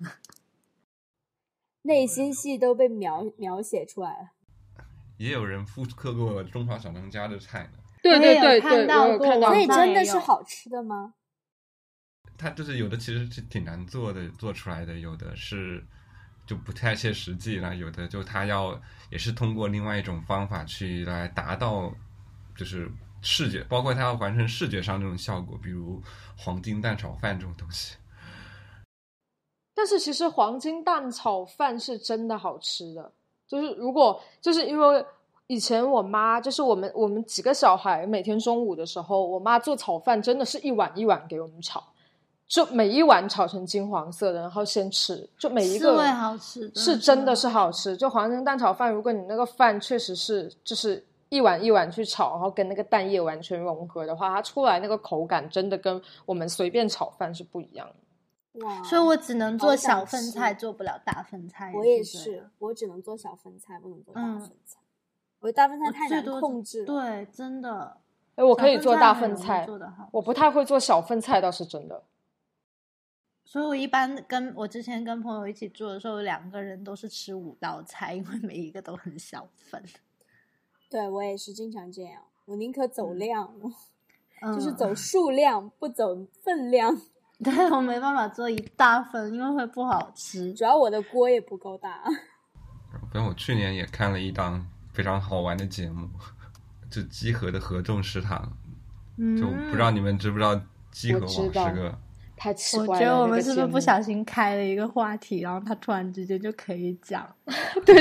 内心戏都被描写出来了。 也有人复刻过中华小当家的菜呢。 对，我有看到过。 所以真的是好吃的吗？ 它就是有的其实是挺难做出来的，有的是就不太切实际了，有的就它也是通过另外一种方法去来达到就是视觉，包括它要完成视觉上这种效果，比如黄金蛋炒饭这种东西。 但是其实黄金蛋炒饭是真的好吃的，就是因为以前我妈就是我们几个小孩每天中午的时候，我妈做炒饭真的是一碗一碗给我们炒，就每一碗炒成金黄色的，然后先吃，就每一个是会好吃的， 是真的是好吃。就黄金蛋炒饭，如果你那个饭确实是就是一碗一碗去炒，然后跟那个蛋液完全融合的话，它出来那个口感真的跟我们随便炒饭是不一样的。 哇！ 所以我只能做小份菜，做不了大份菜。 我也是，我只能做小份菜，不能做大份菜。我大份菜太难控制了。 对，真的。 我可以做大份菜，我不太会做小份菜，倒是真的。 所以我一般我之前跟朋友一起住的时候，2个人都是吃5道菜，因为每一个都很小份。 对，我也是经常这样，我宁可走量，就是走数量，不走分量。 对，我没办法做1大份，因为会不好吃。 主要我的锅也不够大。 反正我去年也看了一档非常好玩的节目，就集合的合众食堂。就不知道你们知不知道集合网是个。 太奇怪了， 我觉得我们是不是不小心开了一个话题，然后他突然之间就可以讲？ 对。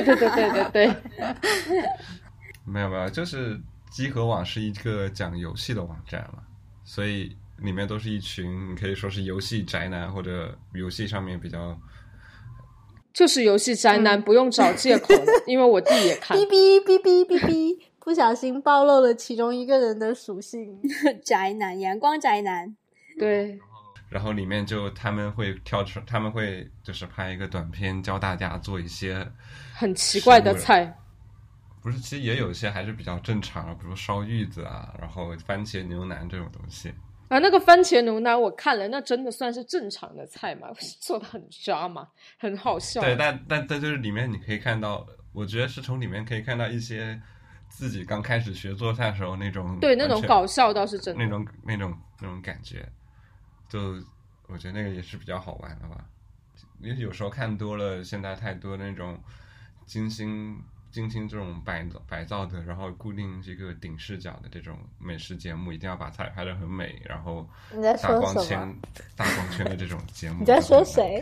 没有，就是集合网是一个讲游戏的网站嘛，所以里面都是一群可以说是游戏宅男，或者游戏上面比较就是游戏宅男，不用找借口了，因为我弟也看。 哔，不小心暴露了其中一个人的属性。 宅男，阳光宅男。 对。 然后里面就他们会就是拍一个短片，教大家做一些很奇怪的菜。 不是，其实也有一些还是比较正常的，比如烧玉子啊，然后番茄牛腩这种东西。 啊，那个番茄牛腩我看了，那真的算是正常的菜吗？做的很渣嘛，很好笑。 对，但就是里面你可以看到，我觉得是从里面可以看到一些自己刚开始学做菜的时候那种， 对，那种搞笑倒是真的， 那种感觉。就我觉得那个也是比较好玩的吧，因为有时候看多了，现在太多那种精心精心这种摆造的，然后固定这个顶视角的这种美食节目，一定要把菜拍得很美，然后你在说什么？ 大光圈的这种节目， 你在说谁？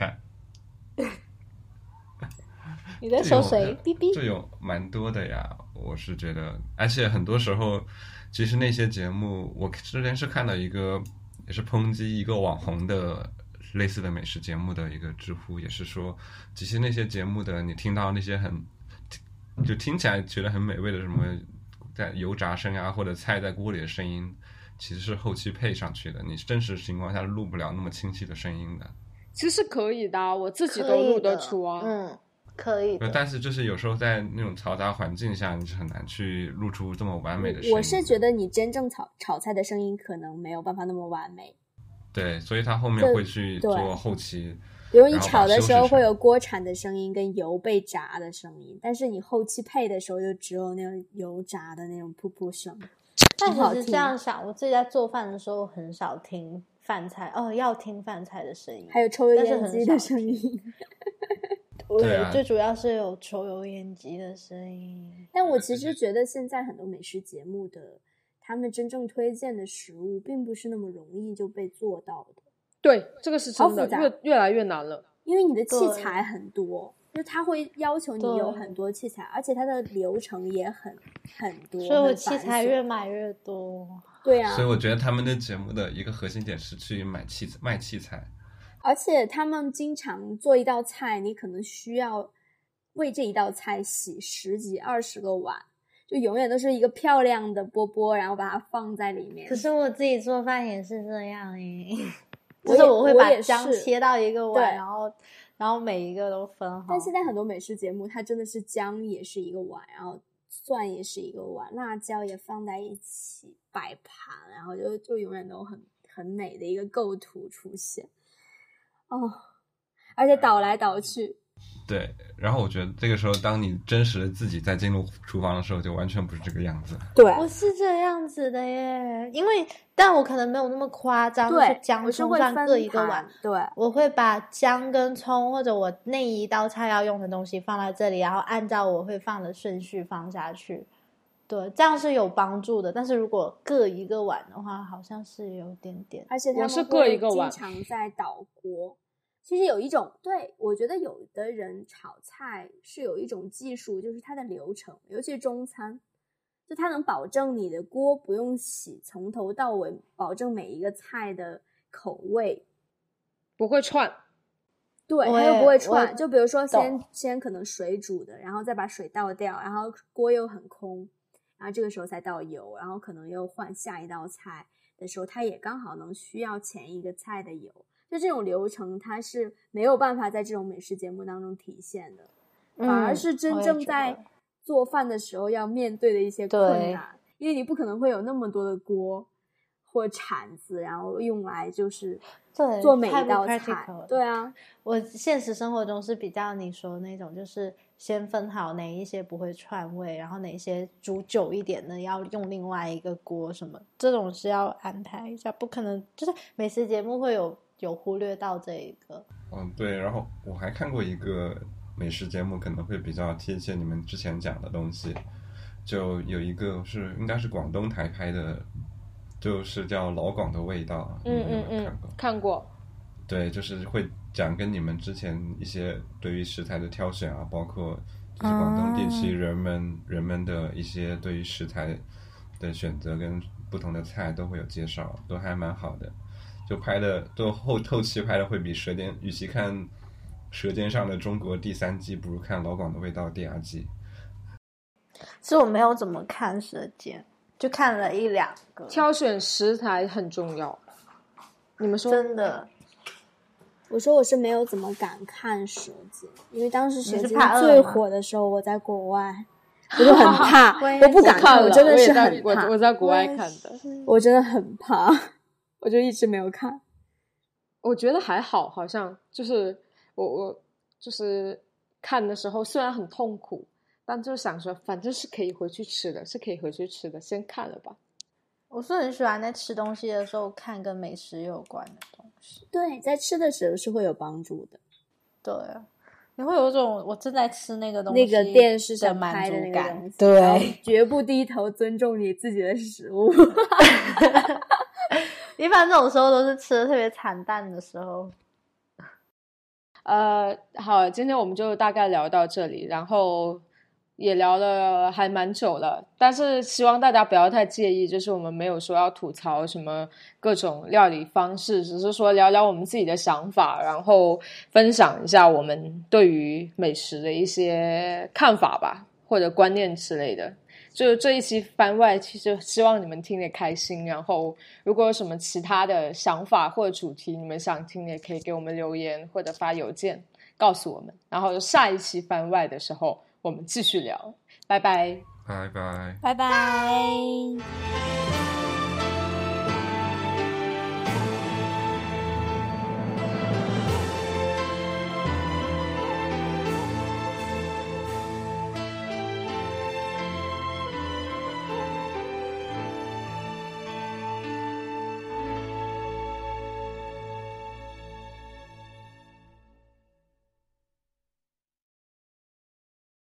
你在说谁？哔哔， 这有蛮多的呀，我是觉得，而且很多时候，其实那些节目，我之前是看到一个也是抨击一个网红的类似的美食节目的一个知乎，也是说，其实那些节目的你听到那些就听起来觉得很美味的什么在油炸声啊，或者菜在锅里的声音，其实是后期配上去的，你真实情况下录不了那么清晰的声音的。 其实可以的，我自己都录得出啊。 可以的， 但是就是有时候在那种嘈杂环境下，你是很难去录出这么完美的声音。 我是觉得你真正炒菜的声音可能没有办法那么完美。 对，所以他后面会去做后期。 比如你炒的时候会有锅铲的声音跟油被炸的声音，但是你后期配的时候就只有那种油炸的那种噗噗声。 但其实这样想，我自己在做饭的时候很少听饭菜要听饭菜的声音， 还有抽油烟机的声音。 对，最主要是有抽油烟机的声音。 但我其实觉得现在很多美食节目的他们真正推荐的食物并不是那么容易就被做到的。 对，这个是真的，越来越难了。 因为你的器材很多，就他会要求你有很多器材，而且它的流程也很多， 所以我器材越买越多。 对啊， 所以我觉得他们的节目的一个核心点是去卖器材。 而且他们经常做一道菜，你可能需要为这一道菜洗10几20个碗，就永远都是一个漂亮的波波，然后把它放在里面。 可是我自己做饭也是这样耶，就是我会把姜切到一个碗，然后每一个都分好。 但现在很多美食节目，它真的是姜也是一个碗，然后蒜也是一个碗，辣椒也放在一起摆盘，然后就永远都很美的一个构图出现。而且倒来倒去。 对，然后我觉得这个时候当你真实的自己在进入厨房的时候，就完全不是这个样子。 对， 我是这样子的耶，但我可能没有那么夸张， 对， 姜葱蒜各一个碗。 对， 我会把姜跟葱或者我那一道菜要用的东西放在这里，然后按照我会放的顺序放下去。对，这样是有帮助的。但是如果各一个碗的话，好像是有点点。 而且他们会经常在倒锅。其实有一种，对，我觉得有的人炒菜是有一种技术，就是它的流程，尤其是中餐，就它能保证你的锅不用洗，从头到尾保证每一个菜的口味不会串。 对，它又不会串。就比如说先可能水煮的，然后再把水倒掉，然后锅又很空，然后这个时候才倒油，然后可能又换下一道菜的时候，它也刚好能需要前一个菜的油。就这种流程它是没有办法在这种美食节目当中体现的，反而是真正在做饭的时候要面对的一些困难，因为你不可能会有那么多的锅或铲子，然后用来就是做每一道菜。对啊， 我现实生活中是比较你说那种，就是先分好哪一些不会串味，然后哪些煮久一点的要用另外一个锅什么，这种是要安排一下，不可能就是美食节目会有忽略到这一个。 对，然后我还看过一个美食节目，可能会比较贴切你们之前讲的东西，就有一个应该是广东台拍的，就是叫老广的味道。 看过。 对，就是会讲跟你们之前一些对于食材的挑选啊，包括就是广东地区人们的一些对于食材的选择跟不同的菜都会有介绍，都还蛮好的。就拍的都后期拍的会比与其看《舌尖上的中国》第3季，不如看《老广的味道》第2季。 其实我没有怎么看《舌尖》，就看了1-2个。 挑选食材很重要，你们说？ 真的。 我说我是没有怎么敢看《舌尖》，因为当时《舌尖》最火的时候我在国外，我就很怕，我不敢看，我真的是很怕。 我在国外看的， 我真的很怕。我就一直没有看。 我觉得还好，好像就是我就是看的时候虽然很痛苦，但就想说反正是可以回去吃的，先看了吧。 我是很喜欢在吃东西的时候看跟美食有关的东西。 对，在吃的时候是会有帮助的。 对啊， 你会有一种我正在吃那个东西那个电视上满拍的足感， 那个东西， 对， 绝不低头尊重你自己的食物。 一般这种时候都是吃的特别惨淡的时候。 好，今天我们就大概聊到这里，然后也聊了还蛮久了，但是希望大家不要太介意，就是我们没有说要吐槽什么各种料理方式，只是说聊聊我们自己的想法，然后分享一下我们对于美食的一些看法吧，或者观念之类的。就这一期番外，其实希望你们听得开心，然后如果有什么其他的想法或者主题你们想听，也可以给我们留言或者发邮件告诉我们，然后下一期番外的时候我们继续聊。拜拜， 拜拜， 拜拜。